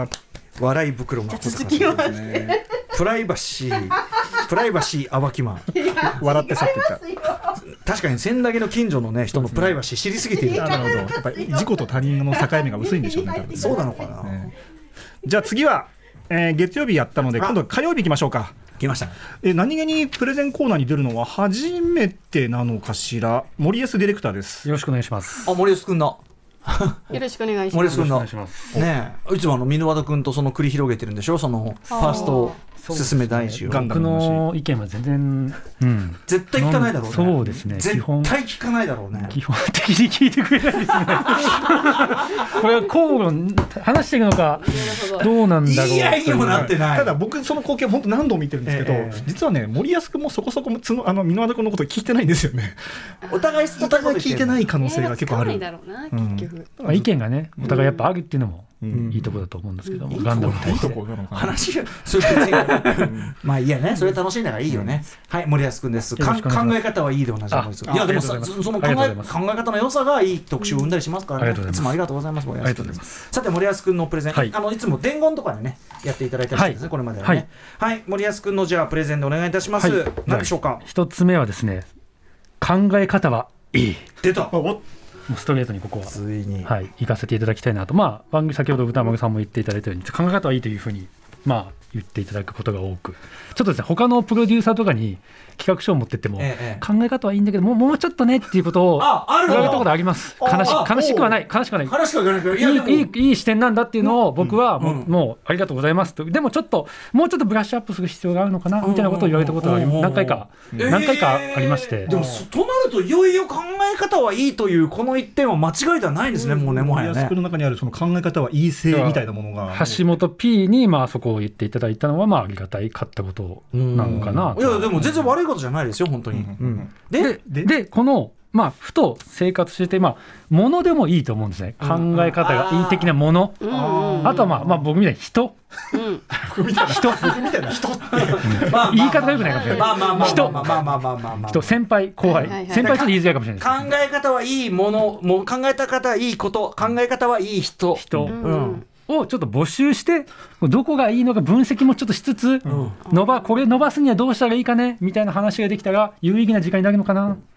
Speaker 1: 笑い袋が
Speaker 5: 続きまして
Speaker 1: プライバシー暴きマン
Speaker 3: 笑ってさっき言った。
Speaker 1: 確かに千駄木の近所のね人のプライバシー知りすぎている。
Speaker 3: なるほど。やっぱり自己と他人の境目が薄いんでしょうね。
Speaker 1: そうなのかな。
Speaker 3: じゃあ次は、月曜日やったので今度は火曜日行きましょうか。
Speaker 1: 来ました。
Speaker 3: 何気にプレゼンコーナーに出るのは初めてなのかしら。森安ディレクターです。
Speaker 6: よろしくお願いします。
Speaker 1: 森安くんだ。
Speaker 2: よろしくお願いします。
Speaker 1: 森安くんだ。ねえ、いつも箕輪田くんとその繰り広げてるんでしょ、そのファースト進め大事を。
Speaker 6: 僕の意見は全然、
Speaker 1: 絶対聞かないだろうね。
Speaker 6: そうですね。
Speaker 1: 絶対聞かないだろうね。
Speaker 6: 基本的に聞いてくれないですね。これは口論話していくのかどうなんだろう。
Speaker 1: いやいやもなってない。
Speaker 3: ただ僕その光景本当何度も見てるんですけど、実はね森安君もそこそこ箕輪田君のこと聞いてないんですよね。
Speaker 1: お互い
Speaker 3: 聞いてない可能性が結構ある。
Speaker 6: 意見がねお互いやっぱあるっていうのもいいところだと思うんですけども、ガンダムに対して
Speaker 1: 話それまあいいやね、それ楽しいならいいよね。はい森安くんです。考え方はいいで同じです。いやでもさ、その考え方の良さがいい特集を生んだりしますからね。いつもありがとうございます森安くんです。さて森安くんのプレゼン、いつも伝言とかでねやっていただいたりしてですね、これまではね。はい森安くんのじゃあプレゼンでお願いいたします。何でしょうか。
Speaker 6: 一つ目はですね、考え方はいい。
Speaker 1: 出た。
Speaker 6: ストレートにここは
Speaker 1: ついに、
Speaker 6: 行かせていただきたいなと。番組先ほど歌丸さんも言っていただいたように考え方はいいというふうに言っていただくことが多く、ちょっとですね他のプロデューサーとかに企画書を持ってっても、考え方はいいんだけどもうちょっとねっていうことを言われたことあります。悲しくはない。いい視点なんだっていうのを僕はもうありがとうございますと。でももうちょっとブラッシュアップする必要があるのかなみたいなことを言われたことが何回かありまして。
Speaker 1: でもとなるといよいよ考え方はいいというこの一点は間違いではないんですね。もうねもはやね。
Speaker 3: 森安君の中にあるその考え方はいい性みたいなものが
Speaker 6: 橋本 P にそこを言っていただいたのはありがたいかったことなのかな。
Speaker 1: いやでも全然悪いことじゃないですよ本当に。
Speaker 6: でこのふと生活してて物でもいいと思うんですね。考え方がいい的なもの、あとは僕みたいに人言い方がよくないかもしれない。人先輩後輩、先輩ちょっと言いづらいかもしれないです。
Speaker 1: 考え方はいいもの、もう考えた方はいいこと、考え方はいい人
Speaker 6: をちょっと募集して、どこがいいのか分析もちょっとしつつ、これ伸ばすにはどうしたらいいかねみたいな話ができたら有意義な時間になるのかなと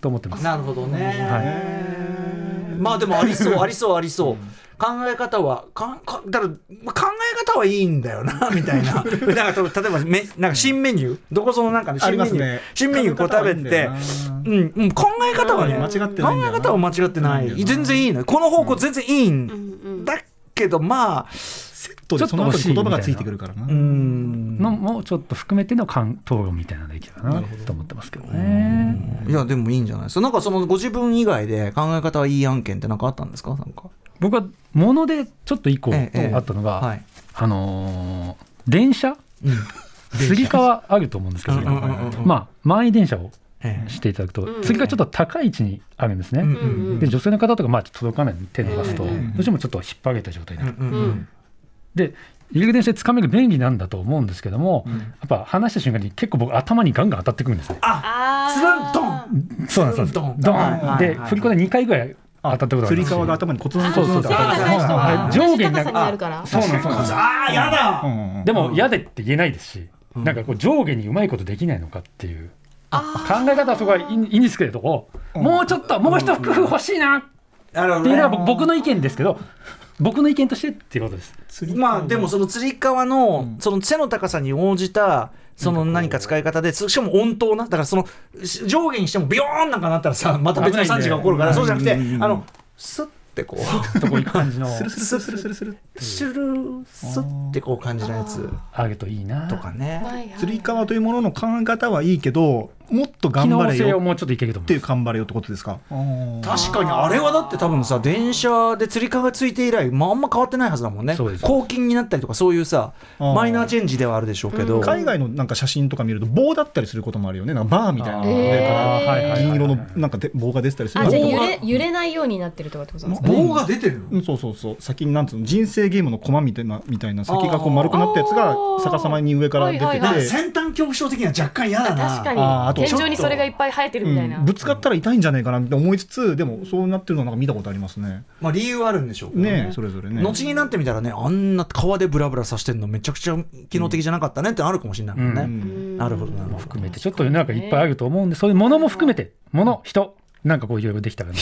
Speaker 6: と思ってます。
Speaker 1: なるほどね、
Speaker 6: はい、
Speaker 1: まあでもありそうありそうありそう、考え方はだから考え方はいいんだよなみたいななんか例えばなんか新メニューどこそのなんか、ね、新メニュー、ね、新メニューこう食べて考え方はね
Speaker 3: 間違ってないんだよな、
Speaker 1: 考え方は間違ってない全然いいのよこの方向全然いいんだけどまあ
Speaker 3: セットでその後に言葉がついてくるからな
Speaker 6: のもうちょっと含めての討論みたいなのできたらなと思ってますけどね。
Speaker 1: いやでもいいんじゃないですか。なんかそのご自分以外で考え方はいい案件って何かあったんですか。なんか
Speaker 6: 僕はものでちょっと一個あったのが、はい電車、つり革あると思うんですけど、まあ満員電車をしていただくと、つり革ちょっと高い位置にあるんですね。で女性の方とかまあ届かない手伸ばすとどうしてもちょっと引っ張られた状態になる。で入り口電車で掴める便利なんだと思うんですけども、やっぱ話した瞬間に結構僕頭にガンガン当たってくるんですね。
Speaker 1: つるんドン、
Speaker 6: そうなんです。ドンで振り子で2回ぐらい当たったことがある。
Speaker 3: つり革が頭にコツンコツンと当た
Speaker 2: って、上下にあるから。
Speaker 6: そうなんです。
Speaker 1: ああやだ。
Speaker 6: でも嫌でって言えないですし、なんかこう上下にうまいことできないのかっていう考え方はそこはいいんですけれども、もうちょっともう一工夫欲しいなっていうのは僕の意見ですけど。僕の意見としてっていうことです。
Speaker 1: まあでもそのつり革のその背の高さに応じたその何か使い方で、しかも温当な、だからその上下にしてもビヨーンなんかなったらさまた別の産地が起こるから、そうじゃなくてスッてこう
Speaker 6: こういう感じの
Speaker 3: スルスルスルスルスル
Speaker 1: シュルスッてこう感じのやつ
Speaker 6: あげといいな
Speaker 1: とかね。
Speaker 3: つり革というものの考え方はいいけど、もっと頑張れよ
Speaker 6: 機能性をもうちょっといけると思う
Speaker 3: っていう頑張れよってことですか。
Speaker 1: 確かにあれはだって多分さ電車でつり革がついて以来、あんま変わってないはずだもんね。抗菌になったりとかそういうさマイナーチェンジではあるでしょうけど、
Speaker 3: 海外のなんか写真とか見ると棒だったりすることもあるよね。なんかバーみたいな上から銀色のなんか棒が出てたりする。
Speaker 2: じゃあ揺れないようになってるってことですか。
Speaker 1: 棒が出てるの。
Speaker 3: そうそうそう。先になんつうの人生ゲームのコマみたいな先がこう丸くなったやつが逆さまに上から出てて、
Speaker 1: 先端恐怖症的には若干嫌だな。
Speaker 2: 確かにあと天井にそれがいっぱい生えてるみたいな、
Speaker 3: ぶつかったら痛いんじゃないかなって思いつつ、でもそうなってるのはなんか見たことありますね。
Speaker 1: まあ理由はあるんでしょう
Speaker 3: ね。それぞれね。
Speaker 1: 後になってみたらね、あんな川でブラブラさせてるのめちゃくちゃ機能的じゃなかったねってあるかもしれないもんね。なるほどなるほど。
Speaker 6: 含めてちょっとなんかいっぱいあると思うんで、そういうものも含めて人なんかこういろいろできたらね。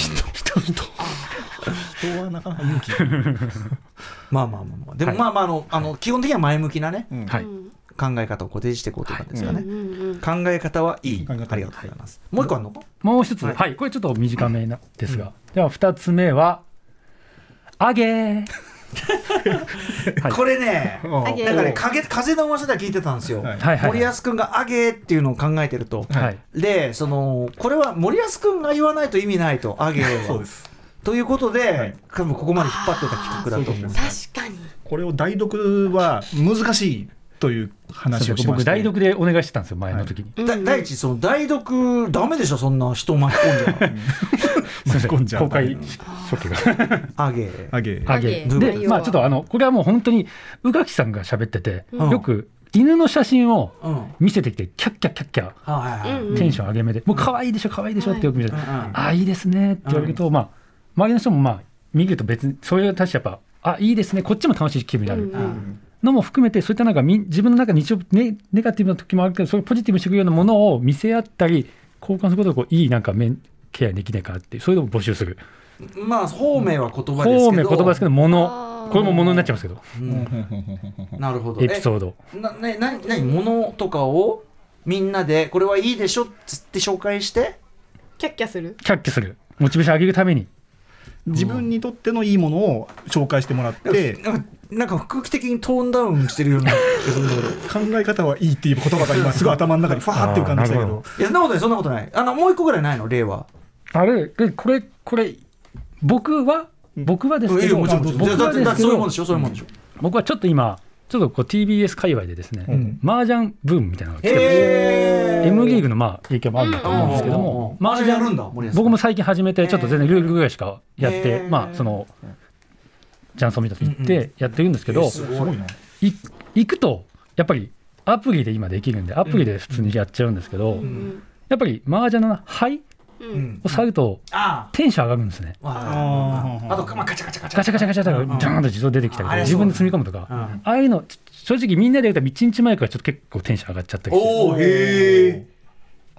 Speaker 3: 人はなかなか勇気
Speaker 1: まあでもまあ基本的には前向きなね、考え方をこう提示していこうという感じですかね。考え方はいい。ありがとうございます。もう一個あるのか。
Speaker 6: もう一つ、はい、これちょっと短めなんですが、では2つ目はあげー。
Speaker 1: これね、なんかね風の噂では聞いてたんですよ。森保君があげーっていうのを考えてると、でこれは森保君が言わないと意味ないと、あげーは。そうです。ということで、ここまで引っ張ってた企画だと思います。
Speaker 2: 確かに。
Speaker 3: これを代読は難しいという話をしまして、
Speaker 6: 僕代読でお願いしてたんですよ前の時に。
Speaker 1: 第一その代読ダメでしょ、そんな人巻き
Speaker 3: 込んじゃう。
Speaker 6: 公開処刑が
Speaker 1: あげ
Speaker 6: で、まあちょっとこれはもう本当に宇垣さんが喋ってて、よく犬の写真を見せてきてキャッキャッキャッキャテンション上げ目で、もう可愛いでしょ可愛いでしょってよく見て、あいいですねって言われると、まあ周りの人もまあ見ると別にそれに対してやっぱいいですね、こっちも楽しい気分になるのも含めて、そういったなんか自分の中で日常ネガティブな時もあるけど、それをポジティブにしてくるようなものを見せ合ったり交換することでいいなんかケアできないかっていう、そういうのを募集する。
Speaker 1: まあ方面は言葉ですけど、
Speaker 6: これも物になっちゃいますけど、
Speaker 1: なるほど。
Speaker 6: エピソード
Speaker 1: 物とかをみんなでこれはいいでしょっつって紹介して
Speaker 2: キャッキャする
Speaker 6: モチベーション上げるために
Speaker 3: 自分にとってのいいものを紹介してもらって、
Speaker 1: なんか空気的にトーンダウンしてるような
Speaker 3: 考え方はいいっていう言葉が今すごい頭の中にファーって浮かんできたけど、
Speaker 1: いやそんなことない。もう一個ぐらいないの例は。
Speaker 6: あれこれ僕はですけど、僕はちょっと今ちょっとこう TBS 界隈でですね、麻雀ブームみたいなのが来てまして、M リーグのまあ影響もあるんだと思うんですけども、
Speaker 1: 麻雀やるんだ。
Speaker 6: 僕も最近始めて、ちょっと全然ルールぐらいしかやって、まあそのジャンソンみたいなの行ってやってるんですけど、行くとやっぱりアプリで今できるんで、アプリで普通にやっちゃうんですけど、やっぱり麻雀の牌を触るとテンション上がるんですね。
Speaker 1: あとカチャカチャ
Speaker 6: ガチャガチャガチャとかダーンと自動出てきたりとか、自分で積み込むとか、ああいうの正直みんなでやると1日前からちょっと結構テンション上がっちゃったりして、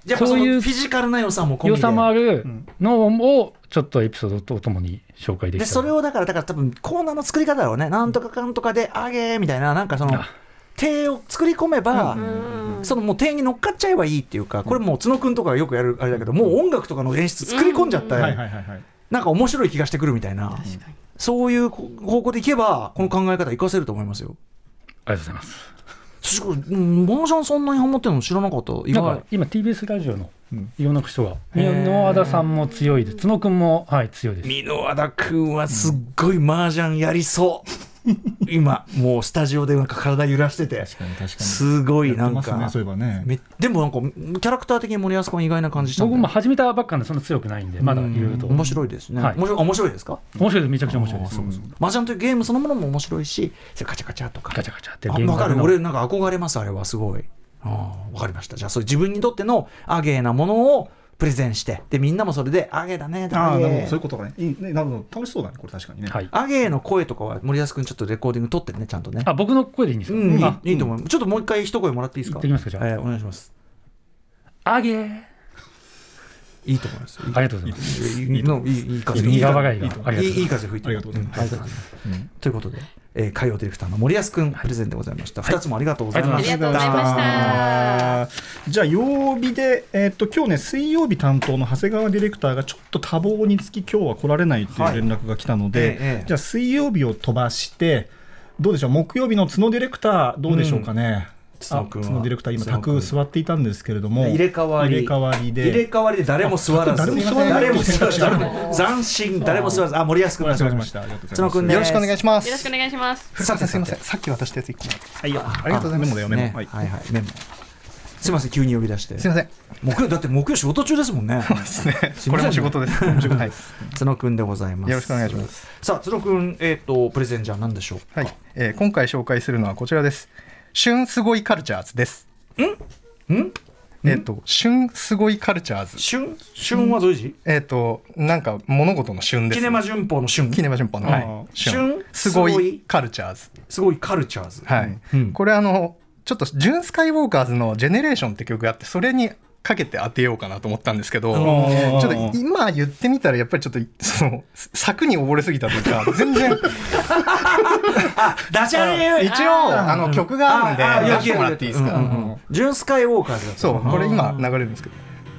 Speaker 1: やっぱそういうフィジカルな良さも込みで
Speaker 6: 良さもあるのをちょっとエピソードとともに紹介できた。
Speaker 1: でそれをだから多分コーナーの作り方だろうね。なんとかかんとかであげーみたいな、なんかその手を作り込めば、そのもう手に乗っかっちゃえばいいっていうか、これもう角くんとかがよくやるあれだけど、もう音楽とかの演出作り込んじゃったら、なんか面白い気がしてくるみたいな、そういう方向でいけばこの考え方活かせると思いますよ。
Speaker 6: ありがとうございます。
Speaker 1: マージャンそんなにハマってるの知らなかった。
Speaker 6: 今 TBS ラジオのいろんな人が、箕輪田さんも強いです、角くんも、はい、強いです。
Speaker 1: 箕輪田くんはすっごい麻雀やりそう今もうスタジオでなんか体揺らしてて、
Speaker 3: 確かに
Speaker 1: すごいなんか、
Speaker 3: そういえばね、
Speaker 1: でもなんかキャラクター的に森保君意外な感じしたんで、
Speaker 6: 僕も始めたばっかでそんな強くないんで、まだいろいろと
Speaker 1: 面白いですね、面白いですか。
Speaker 6: 面白いです、めちゃくちゃ面白いです。
Speaker 1: 麻雀というゲームそのものも面白いし、カチャカチャとか
Speaker 6: ガチャガチャってゲーム
Speaker 1: 分かる。俺なんか憧れます、あれはすごい。分かりました。じゃあそういう自分にとってのアゲーなものをプレゼンして、でみんなもそれでアゲーだね、
Speaker 3: アゲー、そういうことがね、いいね、なるほど、楽しそうだね、これ確かにね、
Speaker 1: アゲーの声とかは森保君ちょっとレコーディング取ってね、ちゃんとね。
Speaker 6: 僕の声でいいんですか。
Speaker 1: いいと思います。ちょっともう一回一声もらっていいですか。
Speaker 6: できますか。じゃあ、
Speaker 1: お願いします。
Speaker 6: アゲー、
Speaker 1: いいと思います。
Speaker 6: ありがとうございます。
Speaker 1: いい風、
Speaker 6: いい
Speaker 1: 風吹いて、ありがとうございます。ということで、海洋ディレクターの森保君プレゼンでございました。2つもありがとうございました。
Speaker 2: ありがとうございま
Speaker 3: した。じゃあ曜日で、今日ね水曜日担当の長谷川ディレクターがちょっと多忙につき今日は来られないという連絡が来たので、じゃあ水曜日を飛ばしてどうでしょう、木曜日の角ディレクターどうでしょうかね。角ディレクター今卓座っていたんですけれども、
Speaker 1: 入れ替わりで誰も座らず、斬新、誰も座らず、森保君が座りました。角君
Speaker 7: よろしくお願いします。
Speaker 2: よろしくお願いします。
Speaker 7: すいません、さっき渡したやつ1個
Speaker 3: ありがとうございます。メモだよ、メモ。
Speaker 1: はいはい、メモ。すいません、急に呼び出して。
Speaker 7: すいません。
Speaker 1: だって木曜仕事中ですもんね。
Speaker 7: そうですね。これも仕事です。
Speaker 1: 角君でございます。
Speaker 7: よろしくお願いします。
Speaker 1: さあ、角君、プレゼンじゃ何でしょうか。
Speaker 7: はい、今回紹介するのはこちらです。旬すごいカルチャーズです。旬すごいカルチャーズ。
Speaker 1: 旬はどういう字？
Speaker 7: なんか物事の旬です。
Speaker 1: キネマ旬報の旬。
Speaker 7: キネマ旬報の旬すごいカルチャーズ。
Speaker 1: すごいカルチャーズ。
Speaker 7: はい。これちょっとジュン・スカイウォーカーズのジェネレーションって曲があって、それにかけて当てようかなと思ったんですけど、ちょっと今言ってみたらやっぱりちょっとその柵に溺れすぎたというか、全然
Speaker 1: ダジャレ
Speaker 7: 一応曲があるんで出してもらっていいですか。
Speaker 1: ジュン・スカイウォーカーズだ。
Speaker 7: そう、これ今流れるんですけど、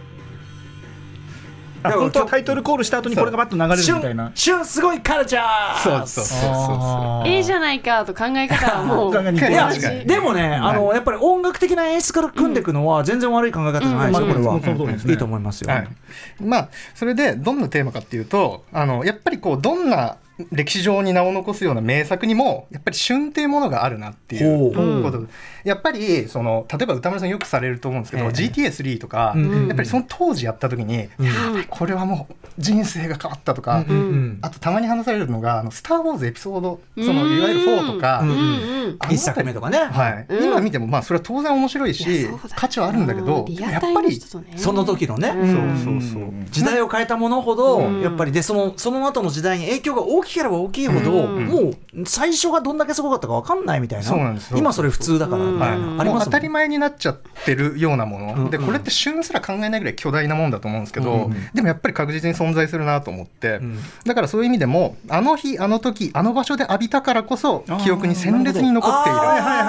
Speaker 3: 本当はタイトルコールした後にこれがバッと流れるみたいな。
Speaker 1: 旬すごいカルチャー。
Speaker 2: そうじゃないかと考え方はもう
Speaker 1: でもね、やっぱり音楽的な演出から組んでいくのは全然悪い考え方じゃないですよ。これはいいと思いますよ。
Speaker 7: まあそれでどんなテーマかっていうと、やっぱりこうどんな歴史上に名を残すような名作にもやっぱり旬っていうものがあるなっていうことで、やっぱり例えば歌丸さんよくされると思うんですけど、GTA3 とかやっぱりその当時やった時にこれはもう人生が変わったとか、あとたまに話されるのがスター・ウォーズエピソード、いわゆる4とか
Speaker 1: 1作目とかね、
Speaker 7: 今見てもまあそれは当然面白いし価値はあるんだけど、やっぱり
Speaker 1: その時のね時代を変えたものほどやっぱりでその後の時代に影響が大きければ大きいほど、もう最初がどんだけすごかったか分かんないみたいな。今それ普通だから、
Speaker 7: もう当たり前になっちゃってるようなもので、これって旬すら考えないぐらい巨大なもんだと思うんですけど、でもやっぱり確実に存在するなと思って、だからそういう意味でもあの日あの時あの場所で浴びたからこそ記憶に鮮烈に残っている。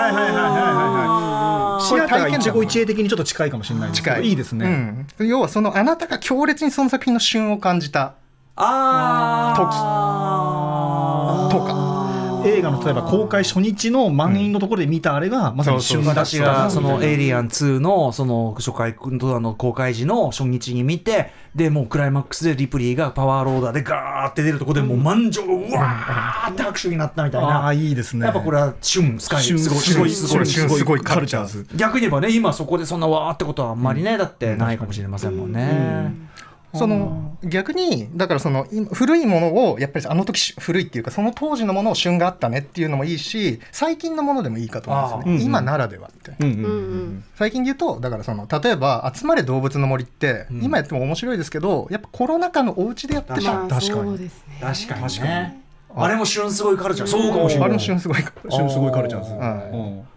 Speaker 3: シアターが一期一会的にちょっと近いかもしれないですけど、いいですね。
Speaker 7: 要はあなたが強烈にその作品の旬を感じた時とか、
Speaker 3: 映画の例えば公開初日の満員のところで見たあれがまさに旬だった。
Speaker 1: 私がそのエイリアン2のその初回公開時の初日に見て、でもうクライマックスでリプリーがパワーローダーでガーって出るところでもう満場がうわーって拍手になったみたいな。
Speaker 3: いいですね。
Speaker 1: やっぱこれは旬スカイす
Speaker 3: ごいカルチャーズ。
Speaker 1: 逆に言えばね、今そこでそんなわーってことはあんまりね、だってないかもしれませんもんね。
Speaker 7: 逆にだから古いものをやっぱりあの時古いっていうかその当時のものを旬があったねっていうのもいいし、最近のものでもいいかと思うんですよね。今ならではみたいな。最近で言うとだから例えば集まれ動物の森って今やっても面白いですけど、やっぱコロナ禍のお家でやってた。
Speaker 1: 確かにね。あれも旬すごいカルチャー。そうかもしれない。
Speaker 7: あれも旬すごいカルチャーです。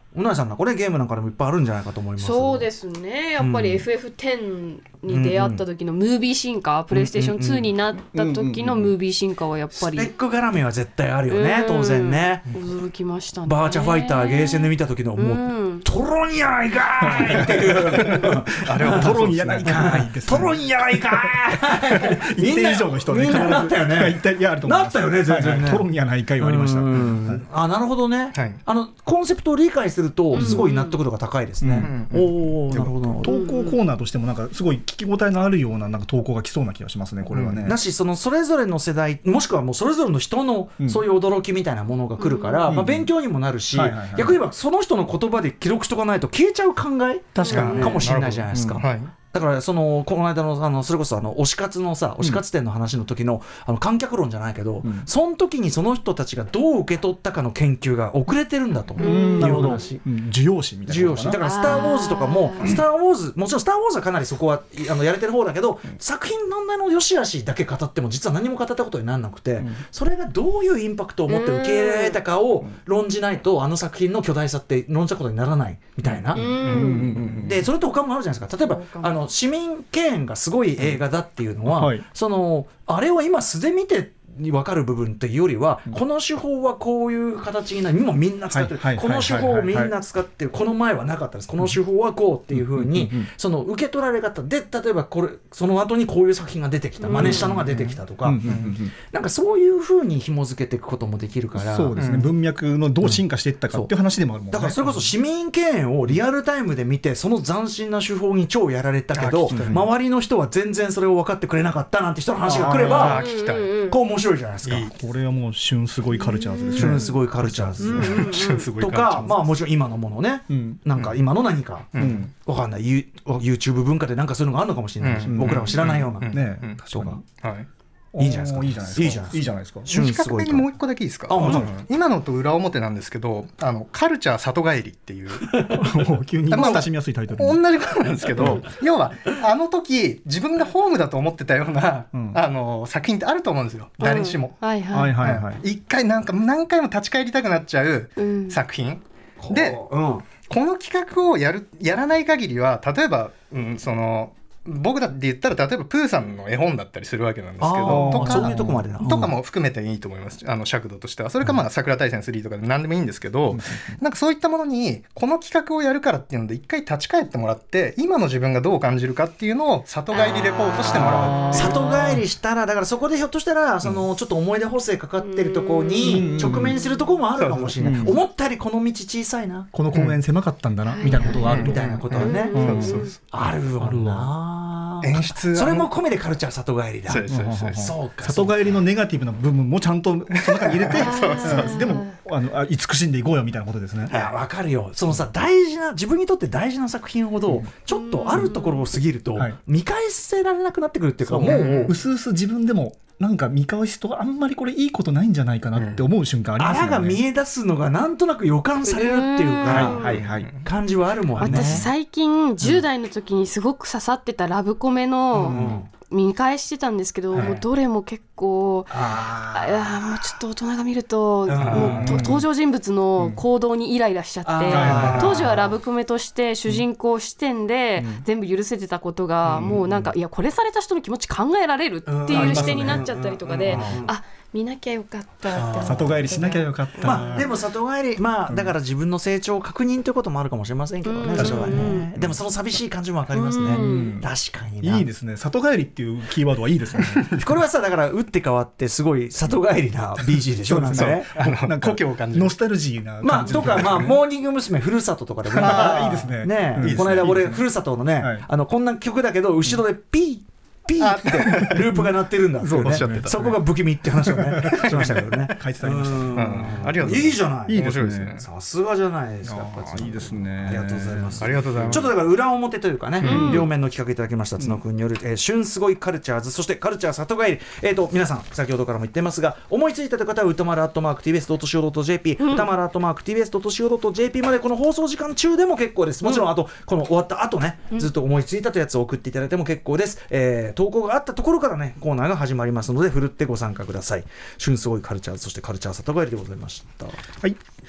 Speaker 1: うなえさんなんかねゲームなんかでもいっぱいあるんじゃないかと思います。
Speaker 2: そうですね、やっぱり FF10 に出会った時のムービー進化、プレイステーション2になった時のムービー進化はやっぱり
Speaker 1: スペック絡みは絶対あるよね、当然ね。
Speaker 2: 驚きましたね。
Speaker 1: バーチャファイターゲーセンで見た時のもうトロンやないかーいっていう
Speaker 3: あれはトロンやないかーいですね。
Speaker 1: トロンやないかーい
Speaker 3: 一定以上の人ね、
Speaker 1: みんななったよね。
Speaker 3: いやあると思います。
Speaker 1: なったよね、全然ね。
Speaker 3: トロンやないかいはありました。
Speaker 1: あ、なるほどね。コンセプトを理解するとすごい納得度が高いですね。おお、なるほど。
Speaker 3: 投稿コーナーとしてもなんかすごい聞き応えのあるようななんか投稿が来そうな気がしますね、これはね。
Speaker 1: だし、それぞれの世代もしくはもうそれぞれの人のそういう驚きみたいなものが来るから、勉強にもなるし、逆に言えばその人の言葉で記録しとかないと消えちゃう考えかもしれないじゃないですか。だからこの間のそれこそ推し活のさ、推し活展の話の時の観客論じゃないけど、その時にその人たちがどう受け取ったかの研究が遅れてるんだという話。
Speaker 3: 需要紙みたいな。
Speaker 1: 需要紙だからスター・ウォーズとかもスター・ウォーズ、もちろんスター・ウォーズはかなりそこはやれてる方だけど、作品問題の良し悪しだけ語っても実は何も語ったことにならなくて、それがどういうインパクトを持って受け入れられたかを論じないと、あの作品の巨大さって論じたことにならないみたいな。でそれと他もあるじゃないですか。例えば市民権がすごい映画だっていうのは、あれを今素で見て分かる部分っていうよりは、この手法はこういう形になる、今みんな使ってる、この手法をみんな使ってる、この前はなかったです、この手法はこうっていう風にその受け取られ方で、例えばその後にこういう作品が出てきた、真似したのが出てきたとか、なんかそういう風に紐付けていくこともできるから。
Speaker 3: そうですね、文脈のどう進化していったかっていう話でもあるもんね。
Speaker 1: だからそれこそ市民権をリアルタイムで見て、その斬新な手法に超やられたけど、周りの人は全然それを分かってくれなかったなんて人の話が来れば、こう面白いじゃないですか。
Speaker 3: これはもう旬すごいカルチャーズですね。
Speaker 1: 旬すごいカルチャーズとか、まあもちろん今のものね、なんか今の何かわかんない YouTube 文化でなんかそういうのがあるのかもしれないし、僕らは知らないようなとか。いいじゃないですか。いいじゃないですか。
Speaker 7: 短めにもう一個だけいいですか。今のと裏表なんですけど、カルチャー里帰りっていう
Speaker 3: 急に親しみやすいタイトル。
Speaker 7: 同じことなんですけど、要はあの時自分がホームだと思ってたような作品ってあると思うんですよ。誰しも。一回何回も立ち返りたくなっちゃう作品で、この企画をやらない限りは、例えば僕だって言ったら、例えばプーさんの絵本だったりするわけなんですけど、
Speaker 1: そういうとこまで
Speaker 7: とかも含めていいと思います。尺度としては。それか桜大戦3とかで何でもいいんですけど、なんかそういったものにこの企画をやるからっていうので一回立ち返ってもらって、今の自分がどう感じるかっていうのを里帰りレポートしてもらう。
Speaker 1: 里帰りしたら、だからそこでひょっとしたらちょっと思い出補正かかってるところに直面するところもあるかもしれない。思ったよりこの道小さいな、
Speaker 3: この公園狭かったんだなみたいなことがある
Speaker 1: みたいなことはね、あるわ。
Speaker 7: 演出
Speaker 1: それも込みでカルチャー里帰りだ。
Speaker 3: そうか、里帰りのネガティブな部分もちゃんとその中に入れてでも慈しんでいこうよみたいなことですね。
Speaker 1: いや、分かるよ。そのさ、自分にとって大事な作品ほどちょっとあるところを過ぎると見返せられなくなってくるっていうか、もう
Speaker 3: うすうす自分でもなんか見返すとあんまりこれいいことないんじゃないかなって思う瞬間ありますよね。
Speaker 1: あらが見え出すのがなんとなく予感されるっていうか感じはあるもんね。
Speaker 2: 私最近10代の時にすごく刺さってたラブコメの見返してたんですけど、もうどれも結構もうちょっと大人が見るともう登場人物の行動にイライラしちゃって、当時はラブコメとして主人公視点で全部許せてたことが、もうなんかいや、これされた人の気持ち考えられるっていう視点になっちゃったりとかで、見なきゃよかったって。
Speaker 3: 里帰りしなきゃよかった。
Speaker 1: でも里帰り、だから自分の成長を確認ということもあるかもしれませんけどね。それはね。でもその寂しい感じもわかりますね。確かに
Speaker 3: いいですね。里帰りっていうキーワードはいいですね。
Speaker 1: これはさ、だから打って変わってすごい里帰りな BG でしょ。なんかね、
Speaker 3: なんか故郷を感じるノスタルジーな感じ
Speaker 1: とか、モーニング娘。ふるさととかでも
Speaker 3: いいですね。
Speaker 1: この間俺ふるさとのね、こんな曲だけど後ろでピーピーってループが鳴ってるんだっていうね。そこが不気味って話をねしましたけどね。
Speaker 3: 書いてありました。
Speaker 1: ありがとう。いいじゃない。
Speaker 3: いいですね。
Speaker 1: さすがじゃないですか。
Speaker 3: いいですね。
Speaker 1: ありがとうございます。
Speaker 7: ありがとうございます。
Speaker 1: ちょっとだから裏表というかね、両面の企画いただきました角君による旬すごいカルチャーズ、そしてカルチャー里帰り。皆さん先ほどからも言ってますが、思いついたという方は歌丸@tbs.co.jp、歌丸@tbs.co.jp まで、この放送時間中でも結構です。もちろんあとこの終わった後ね、ずっと思いついたというやつを送っていただいても結構です。投稿があったところからねコーナーが始まりますので、ふるってご参加ください。旬すごいカルチャーズ、そしてカルチャー里帰りでございました。
Speaker 3: はい。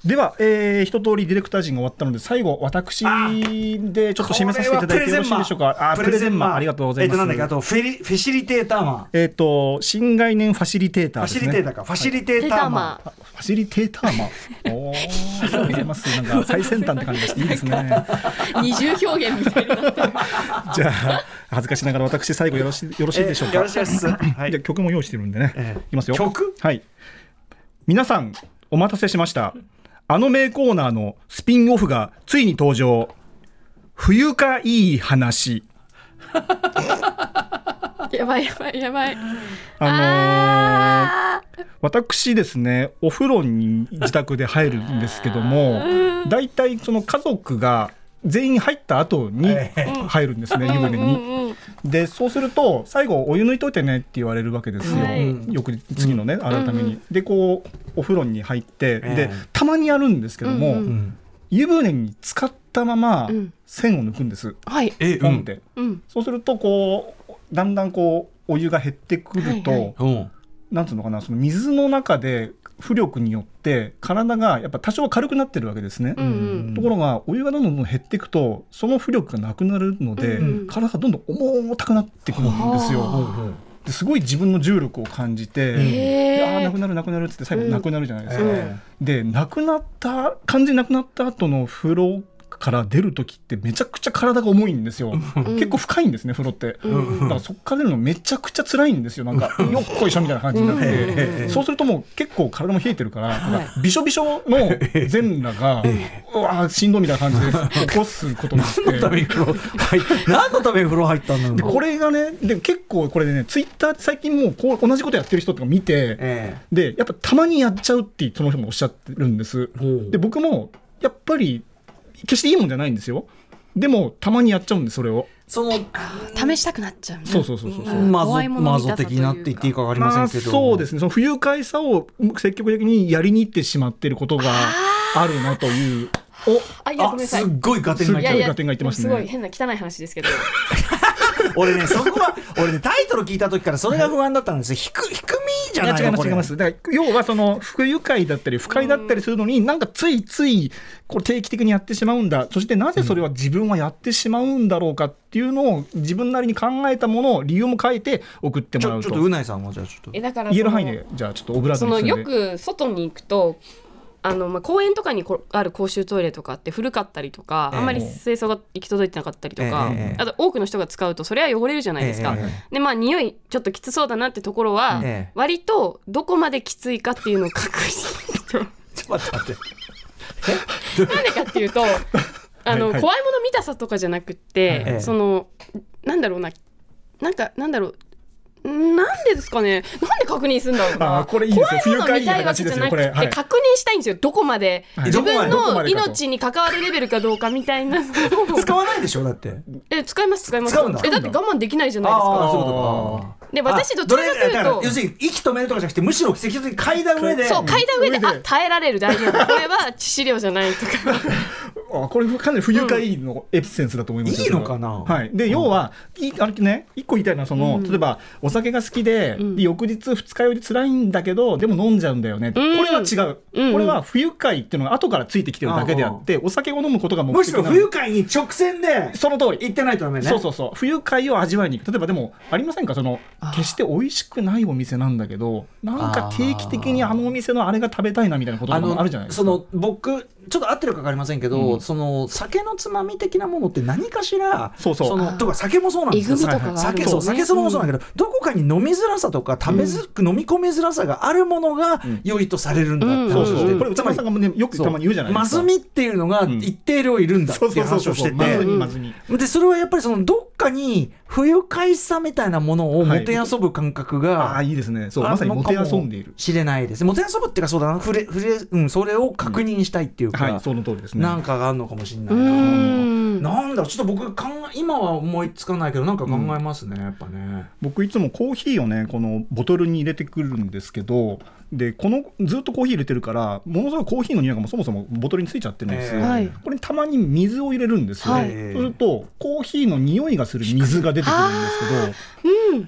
Speaker 3: では、一通りディレクター陣が終わったので最後私でちょっと締めさせていただいてよろしいでしょうか。
Speaker 1: プレゼンマン
Speaker 3: ありがとうございます。
Speaker 1: なんだっけ、あとフェシリテーターマン、
Speaker 3: 新概念ファシリテーターですね。
Speaker 1: ファシリテーターか、ファシリテーターマン、
Speaker 3: ファシリテーターマンおー、ありがとうございます。なんか最先端って感じがしていいですね。
Speaker 2: 二重表現みたいになってる
Speaker 3: じゃあ恥ずかしながら私最後よろしいでしょうか。
Speaker 1: よろしいです、はい、
Speaker 3: じゃあ曲も用意してるんでね、いきますよ。
Speaker 1: 曲、
Speaker 3: はい、皆さんお待たせしました。あの名コーナーのスピンオフがついに登場。冬かいい話。
Speaker 2: やばいやばいやばい。
Speaker 3: 私ですね、お風呂に自宅で入るんですけども、だいたいその家族が全員入った後に入るんですね、湯船に。でそうすると最後お湯抜いといてねって言われるわけですよ、よく次のね洗うために。でこうお風呂に入って、でたまにやるんですけども、湯船に浸かったまま線を抜くんです、ポンって。そうするとこうだんだんこうお湯が減ってくると、なんつうのかな、その水の中で浮力によって体がやっぱ多少軽くなってるわけですね、ところがお湯がどんどん減っていくとその浮力がなくなるので、体がどんどん重たくなってくるんですよ。ですごい自分の重力を感じて、なくなるなくなるって最後なくなるじゃないですか、で完全になくなった後の風呂から出るときってめちゃくちゃ体が重いんですよ、結構深いんですね風呂って、だからそっから出るのめちゃくちゃ辛いんですよ。なんかよっこいしょみたいな感じになって、そうするともう結構体も冷えてるから、びしょびしょの全裸がうわしんどみたいな感じで起こすことになって何
Speaker 1: のために風呂入ったんだろう。
Speaker 3: でこれがね、で結構これでねツイッター最近もうこう同じことやってる人とか見て、でやっぱたまにやっちゃうってその人もおっしゃってるんです。で僕もやっぱり決していいもんじゃないんですよ。でもたまにやっちゃうんです、それを。
Speaker 2: 試したくなっちゃう、ね、
Speaker 3: そう
Speaker 1: マゾ的なって言っていいか分かりませんけど、
Speaker 3: そうですね、その不愉快さを積極的にやりに行ってしまっていることがあるなという。
Speaker 1: すっごいガテンが言ってますね。
Speaker 2: すごい変な汚い話ですけど
Speaker 1: 俺ね、そこは俺ね、タイトル聞いた時からそれが不安だったんですよ。低みじゃないの。
Speaker 3: 違います。だから要はその不愉快だったり不快だったりするのに、なんかついついこれ定期的にやってしまうんだ、そしてなぜそれは自分はやってしまうんだろうかっていうのを自分なりに考えたものを理由も書いて送ってもらうと。
Speaker 1: ちょっとうないさんはじゃあちょっと
Speaker 2: だから
Speaker 3: 言える範囲でじゃあちょっとオブラートに
Speaker 2: よく外に行くと公園とかにある公衆トイレとかって古かったりとか、あんまり清掃が行き届いてなかったりとか、あと多くの人が使うとそれは汚れるじゃないですか、で匂いちょっときつそうだなってところは、割とどこまできついかっていうのを確認してちょっと待ってなんでかっていうと怖いもの見たさとかじゃなくって、なんだろうなんでですかね、なんで確認するんだろうな。
Speaker 3: これいいですよ、
Speaker 2: 怖いもの見たいわけじゃなくて、確認したいんですよ、どこまで自分の命に関わるレベルかどうかみたいな
Speaker 1: 使わないでしょだって。
Speaker 2: 使いますだって我慢できないじゃないですか。で私どちらかというと
Speaker 1: 要するに息止めるとかじゃなくて、むしろ積極的に嗅いだ上で
Speaker 2: 耐えられる、大丈夫、これは致死量じゃないとか
Speaker 3: これかなり不愉快のエッセンスだと思いますよ。
Speaker 1: いいのかな。
Speaker 3: はい。で要はあれね、一個言いたいのは例えばお酒が好きで、翌日二日酔いで辛いんだけどでも飲んじゃうんだよね、これは違う、これは不愉快っていうのが後からついてきてるだけであって、お酒を飲むことが目的なの。
Speaker 1: むしろ不愉快に直線で
Speaker 3: その通り
Speaker 1: 言ってないとダメね。
Speaker 3: そう不愉快を味わいに行く。例えばでもありませんか、決して美味しくないお店なんだけどなんか定期的にお店のあれが食べたいなみたいなこととかもあるじゃないですか。
Speaker 1: 僕ちょっと合ってるか分かりませんけど、酒のつまみ的なものって何かしらとか酒もそうなんですよ。酒そのもそうなんだけど、どこかに飲みづらさとか飲み込みづらさがあるものが良いとされるんだって話をして、
Speaker 3: これ歌丸さんがねよくたまに言うじゃないですか。
Speaker 1: まずみっていうのが一定量いるんだっていう話をしてて、でそれはやっぱりどっかに不愉快さみたいなものをもてあそぶ感覚が、
Speaker 3: いいですね。まさにもてあそんでいる
Speaker 1: 知れないです。もてあそぶっていうかそうだな、それを確認したいっていうか、
Speaker 3: その通りですね。
Speaker 1: なんかがあるのかもしれないなんだちょっと僕今は思いつかないけどなんか考えますね、やっぱね。
Speaker 3: 僕いつもコーヒーをねこのボトルに入れてくるんですけど、でずっとコーヒー入れてるからものすごいコーヒーの匂いがもうそもそもボトルについちゃってるんですよ、これにたまに水を入れるんですよ、そうするとコーヒーの匂いがする水が出てくるんですけど、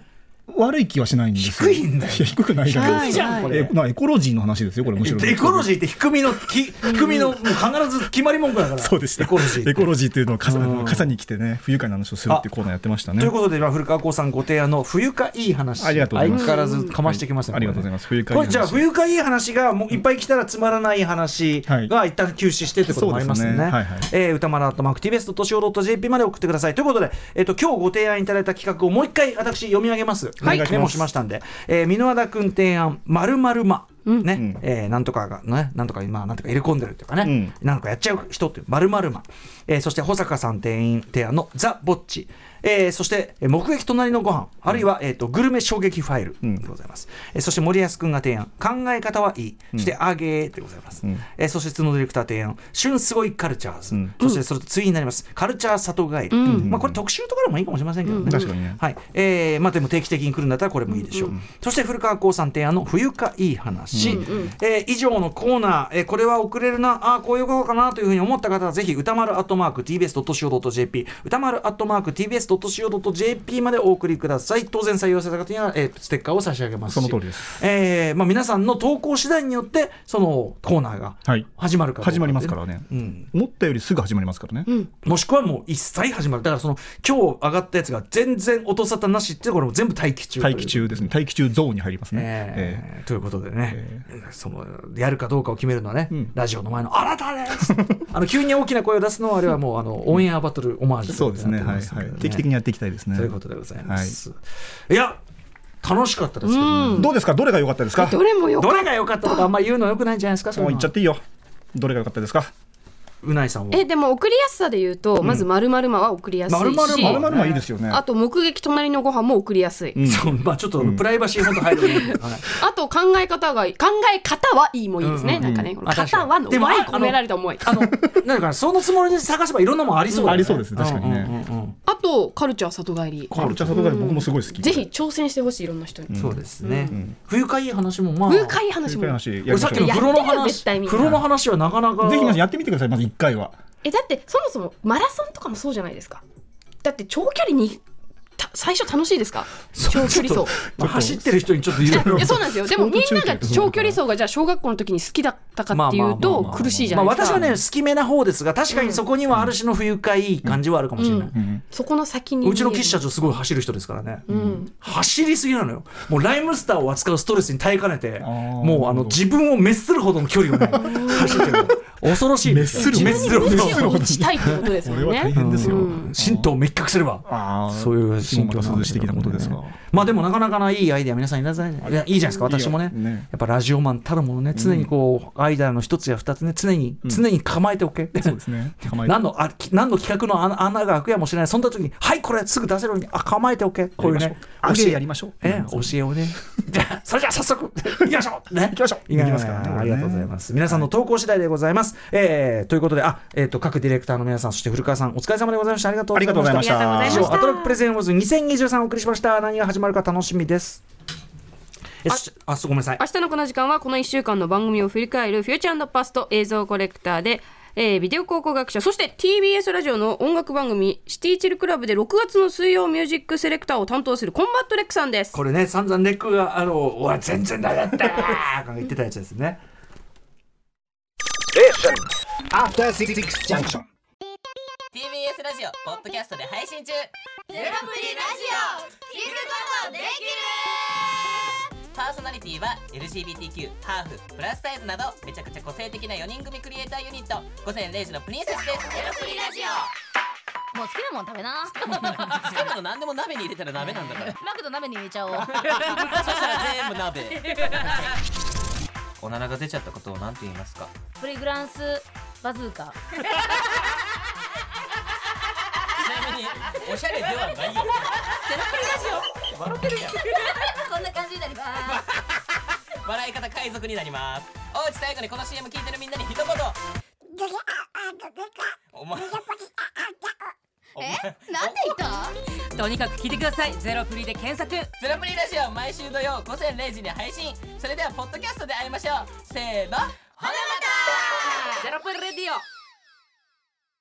Speaker 3: 悪い気はしないんですよ。
Speaker 1: 低いんだよ。
Speaker 3: いや低くないじゃない
Speaker 1: 低いじゃんこれ。
Speaker 3: エコロジーの話ですよこれ。むしろ
Speaker 1: エコロジーって低みのもう必ず決まり文句だから。
Speaker 3: そうでした。エコロジーっていうのを傘に来てね不愉快な話をするっていうコーナーやってましたね。
Speaker 1: ということで古川光さんご提案の不愉快いい話、
Speaker 3: ありがとうございます。
Speaker 1: 相変わらずかましてきますね。
Speaker 3: ありがとうございます。不愉快
Speaker 1: これじゃあ不愉快いい話がもういっぱい来たらつまらない話が一旦休止してってこともありますよね。歌丸@tbs.co.jp まで送ってください。ということで今日ご提案いただいた企画をもう一回私読み上げます。メモしましたんで、箕輪田君提案〇〇まね、なんとかがねなんとか今なんとか入れ込んでるというかね、なんとかやっちゃう人っていう〇〇ま、そして保坂さん提案のザ・ぼっち、そして目撃隣のご飯、あるいは、グルメ衝撃ファイルでございます、そして森保君が提案考え方はいい、そしてあげーでございます、そして角ディレクター提案旬すごいカルチャーズ、そしてそれと次になりますカルチャー里帰り、まあ、これ特集とかでもいいかもしれませんけどね、
Speaker 3: 確かにね、
Speaker 1: はい、まあ、でも定期的に来るんだったらこれもいいでしょう、そして古川光さん提案の不愉快いい話、以上のコーナー、これは遅れるなこういうことかなというふうに思った方はぜひ歌丸@tbs.co.jp 歌丸@tbs.co.jp までお送りください。当然採用された方には、ステッカーを差し上げますし、
Speaker 3: その通りです。
Speaker 1: まあ、皆さんの投稿次第によってそのコーナーが始まるかどうか、
Speaker 3: 始まりますからね、思ったよりすぐ始まりますからね、
Speaker 1: もしくはもう一切始まる。だからその今日上がったやつが全然音沙汰なしってこれも全部待機中
Speaker 3: ですね。待機中ゾーンに入りますね、
Speaker 1: ということでね、そのやるかどうかを決めるのはね、ラジオの前のあなたです急に大きな声を出すのはあれはもうオンエアバトルオマージュ、
Speaker 3: そうですね、はいはい、定期的にやっていきたいですね
Speaker 1: ということでございます、いや楽しかったですけど、
Speaker 3: どうですか、どれが良かったですか。
Speaker 2: どれも良かった。
Speaker 1: どれが良かったとかあんまり言うのは良くないんじゃないですか。
Speaker 3: もう言っちゃっていいよ。どれが良かったですか。
Speaker 1: うないさんは
Speaker 2: でも送りやすさで言うと、まず〇〇まは送りやすいし、
Speaker 3: 〇〇まいいですよね。
Speaker 2: あと目撃隣のご飯も送りやすい、
Speaker 1: そう、まあ、ちょっとプライバシー本当入る、
Speaker 2: あと考え方はいいもいいですね、なんかね、型はのうまい込められた思い、
Speaker 1: なんかそのつもりで探せばいろんなもんありそうだね、
Speaker 3: ありそうです確かにね、
Speaker 2: あとカルチャー里帰り、
Speaker 3: カルチャー里帰り僕もすごい好き、
Speaker 2: ぜひ挑戦してほしい、いろんな人に、
Speaker 1: そうですね、不愉快いい話もまあ
Speaker 2: 不愉快いい話も
Speaker 1: さっきの風呂の話はなかなか
Speaker 3: ぜひやってみてください、まず1回は。
Speaker 2: だってそもそもマラソンとかもそうじゃないですか。だって長距離に最初楽しいですか、長距離走、
Speaker 1: 走ってる人にちょっといろいろ
Speaker 2: そうなんですよ。でもみんなが長距離走がじゃあ小学校の時に好きだったかっていうと苦しいじゃないですか。
Speaker 1: 私はね好きめな方ですが、確かにそこにはある種の不愉快い感じはあるかもしれない、
Speaker 2: そこの先に
Speaker 1: うちの岸社長すごい走る人ですからね、走りすぎなのよ。もうライムスターを扱うストレスに耐えかねて、もう自分を滅するほどの距離をね走ってる恐ろしいです。
Speaker 2: 滅するほどしたいってことですよね。
Speaker 3: これは大変ですよ。
Speaker 1: 神道を滅却すればそういう
Speaker 3: 神道涼し的なことですが、
Speaker 1: まあでもなかなかないいアイデア皆さんいらっしゃる、いいじゃないですか。私もねやっぱラジオマンたるものね、常にこうアイデアの一つや二つね常に構えておけ。
Speaker 3: そうですね。
Speaker 1: 何の企画の穴が開くやもしれない。そんな時にはいこれすぐ出せるように構えておけ。こういうね
Speaker 3: 教えやりましょう。
Speaker 1: 教えをね。じゃあそれじゃあ早速行きましょうね。行きましょう。行きますからね。ありがとうございます。皆さんの投稿次第でございます。ということで各ディレクターの皆さん、そして古川さんお疲れ様でございました。ありがとうございました。以上アトロックプレゼンウォーズ2023お送りしました。何が始まるか楽しみです。ごめんなさい。
Speaker 2: 明日のこの時間はこの1週間の番組を振り返るフューチャー&パスト映像コレクターで、ビデオ考古学者、そして TBS ラジオの音楽番組シティチルクラブで6月の水曜ミュージックセレクターを担当するコンバットレックさんです。
Speaker 1: これね散々レックが俺全然ダメだったー言ってたやつですね。
Speaker 8: After 66 junction。
Speaker 9: TBS ラジオポッドキャストで配信中。
Speaker 10: ゼロプリラジオ聞くことできる。
Speaker 9: パーソナリティは LGBTQ、ハーフ、プラスサイズなどめちゃくちゃ個性的な4人組クリエイターユニット午前0時のプリンセスです。
Speaker 10: ゼロプリラジオ。もう好きなもん食べな。
Speaker 9: 好きなの何でも鍋に入れたら鍋なんだから。
Speaker 10: マクド鍋に入れちゃおう。
Speaker 9: そしたら全部鍋。おならが出ちゃったことを何て言いますか。
Speaker 10: プリグランスバズーカ。
Speaker 9: ちなみにおしゃれではないよ。ゼロプリラジオ笑ってるやん。
Speaker 10: こんな感じになります。
Speaker 9: 笑い方海賊になります。おうち最後にこの CM 聞いてるみんなに一言。お前
Speaker 10: なんで言った？
Speaker 9: とにかく聞いてください。ゼロプリで検索。ゼロプリラジオ毎週土曜午前0時に配信。それではポッドキャストで会いましょう。せーの、ほなまた。ゼロプリレディオ。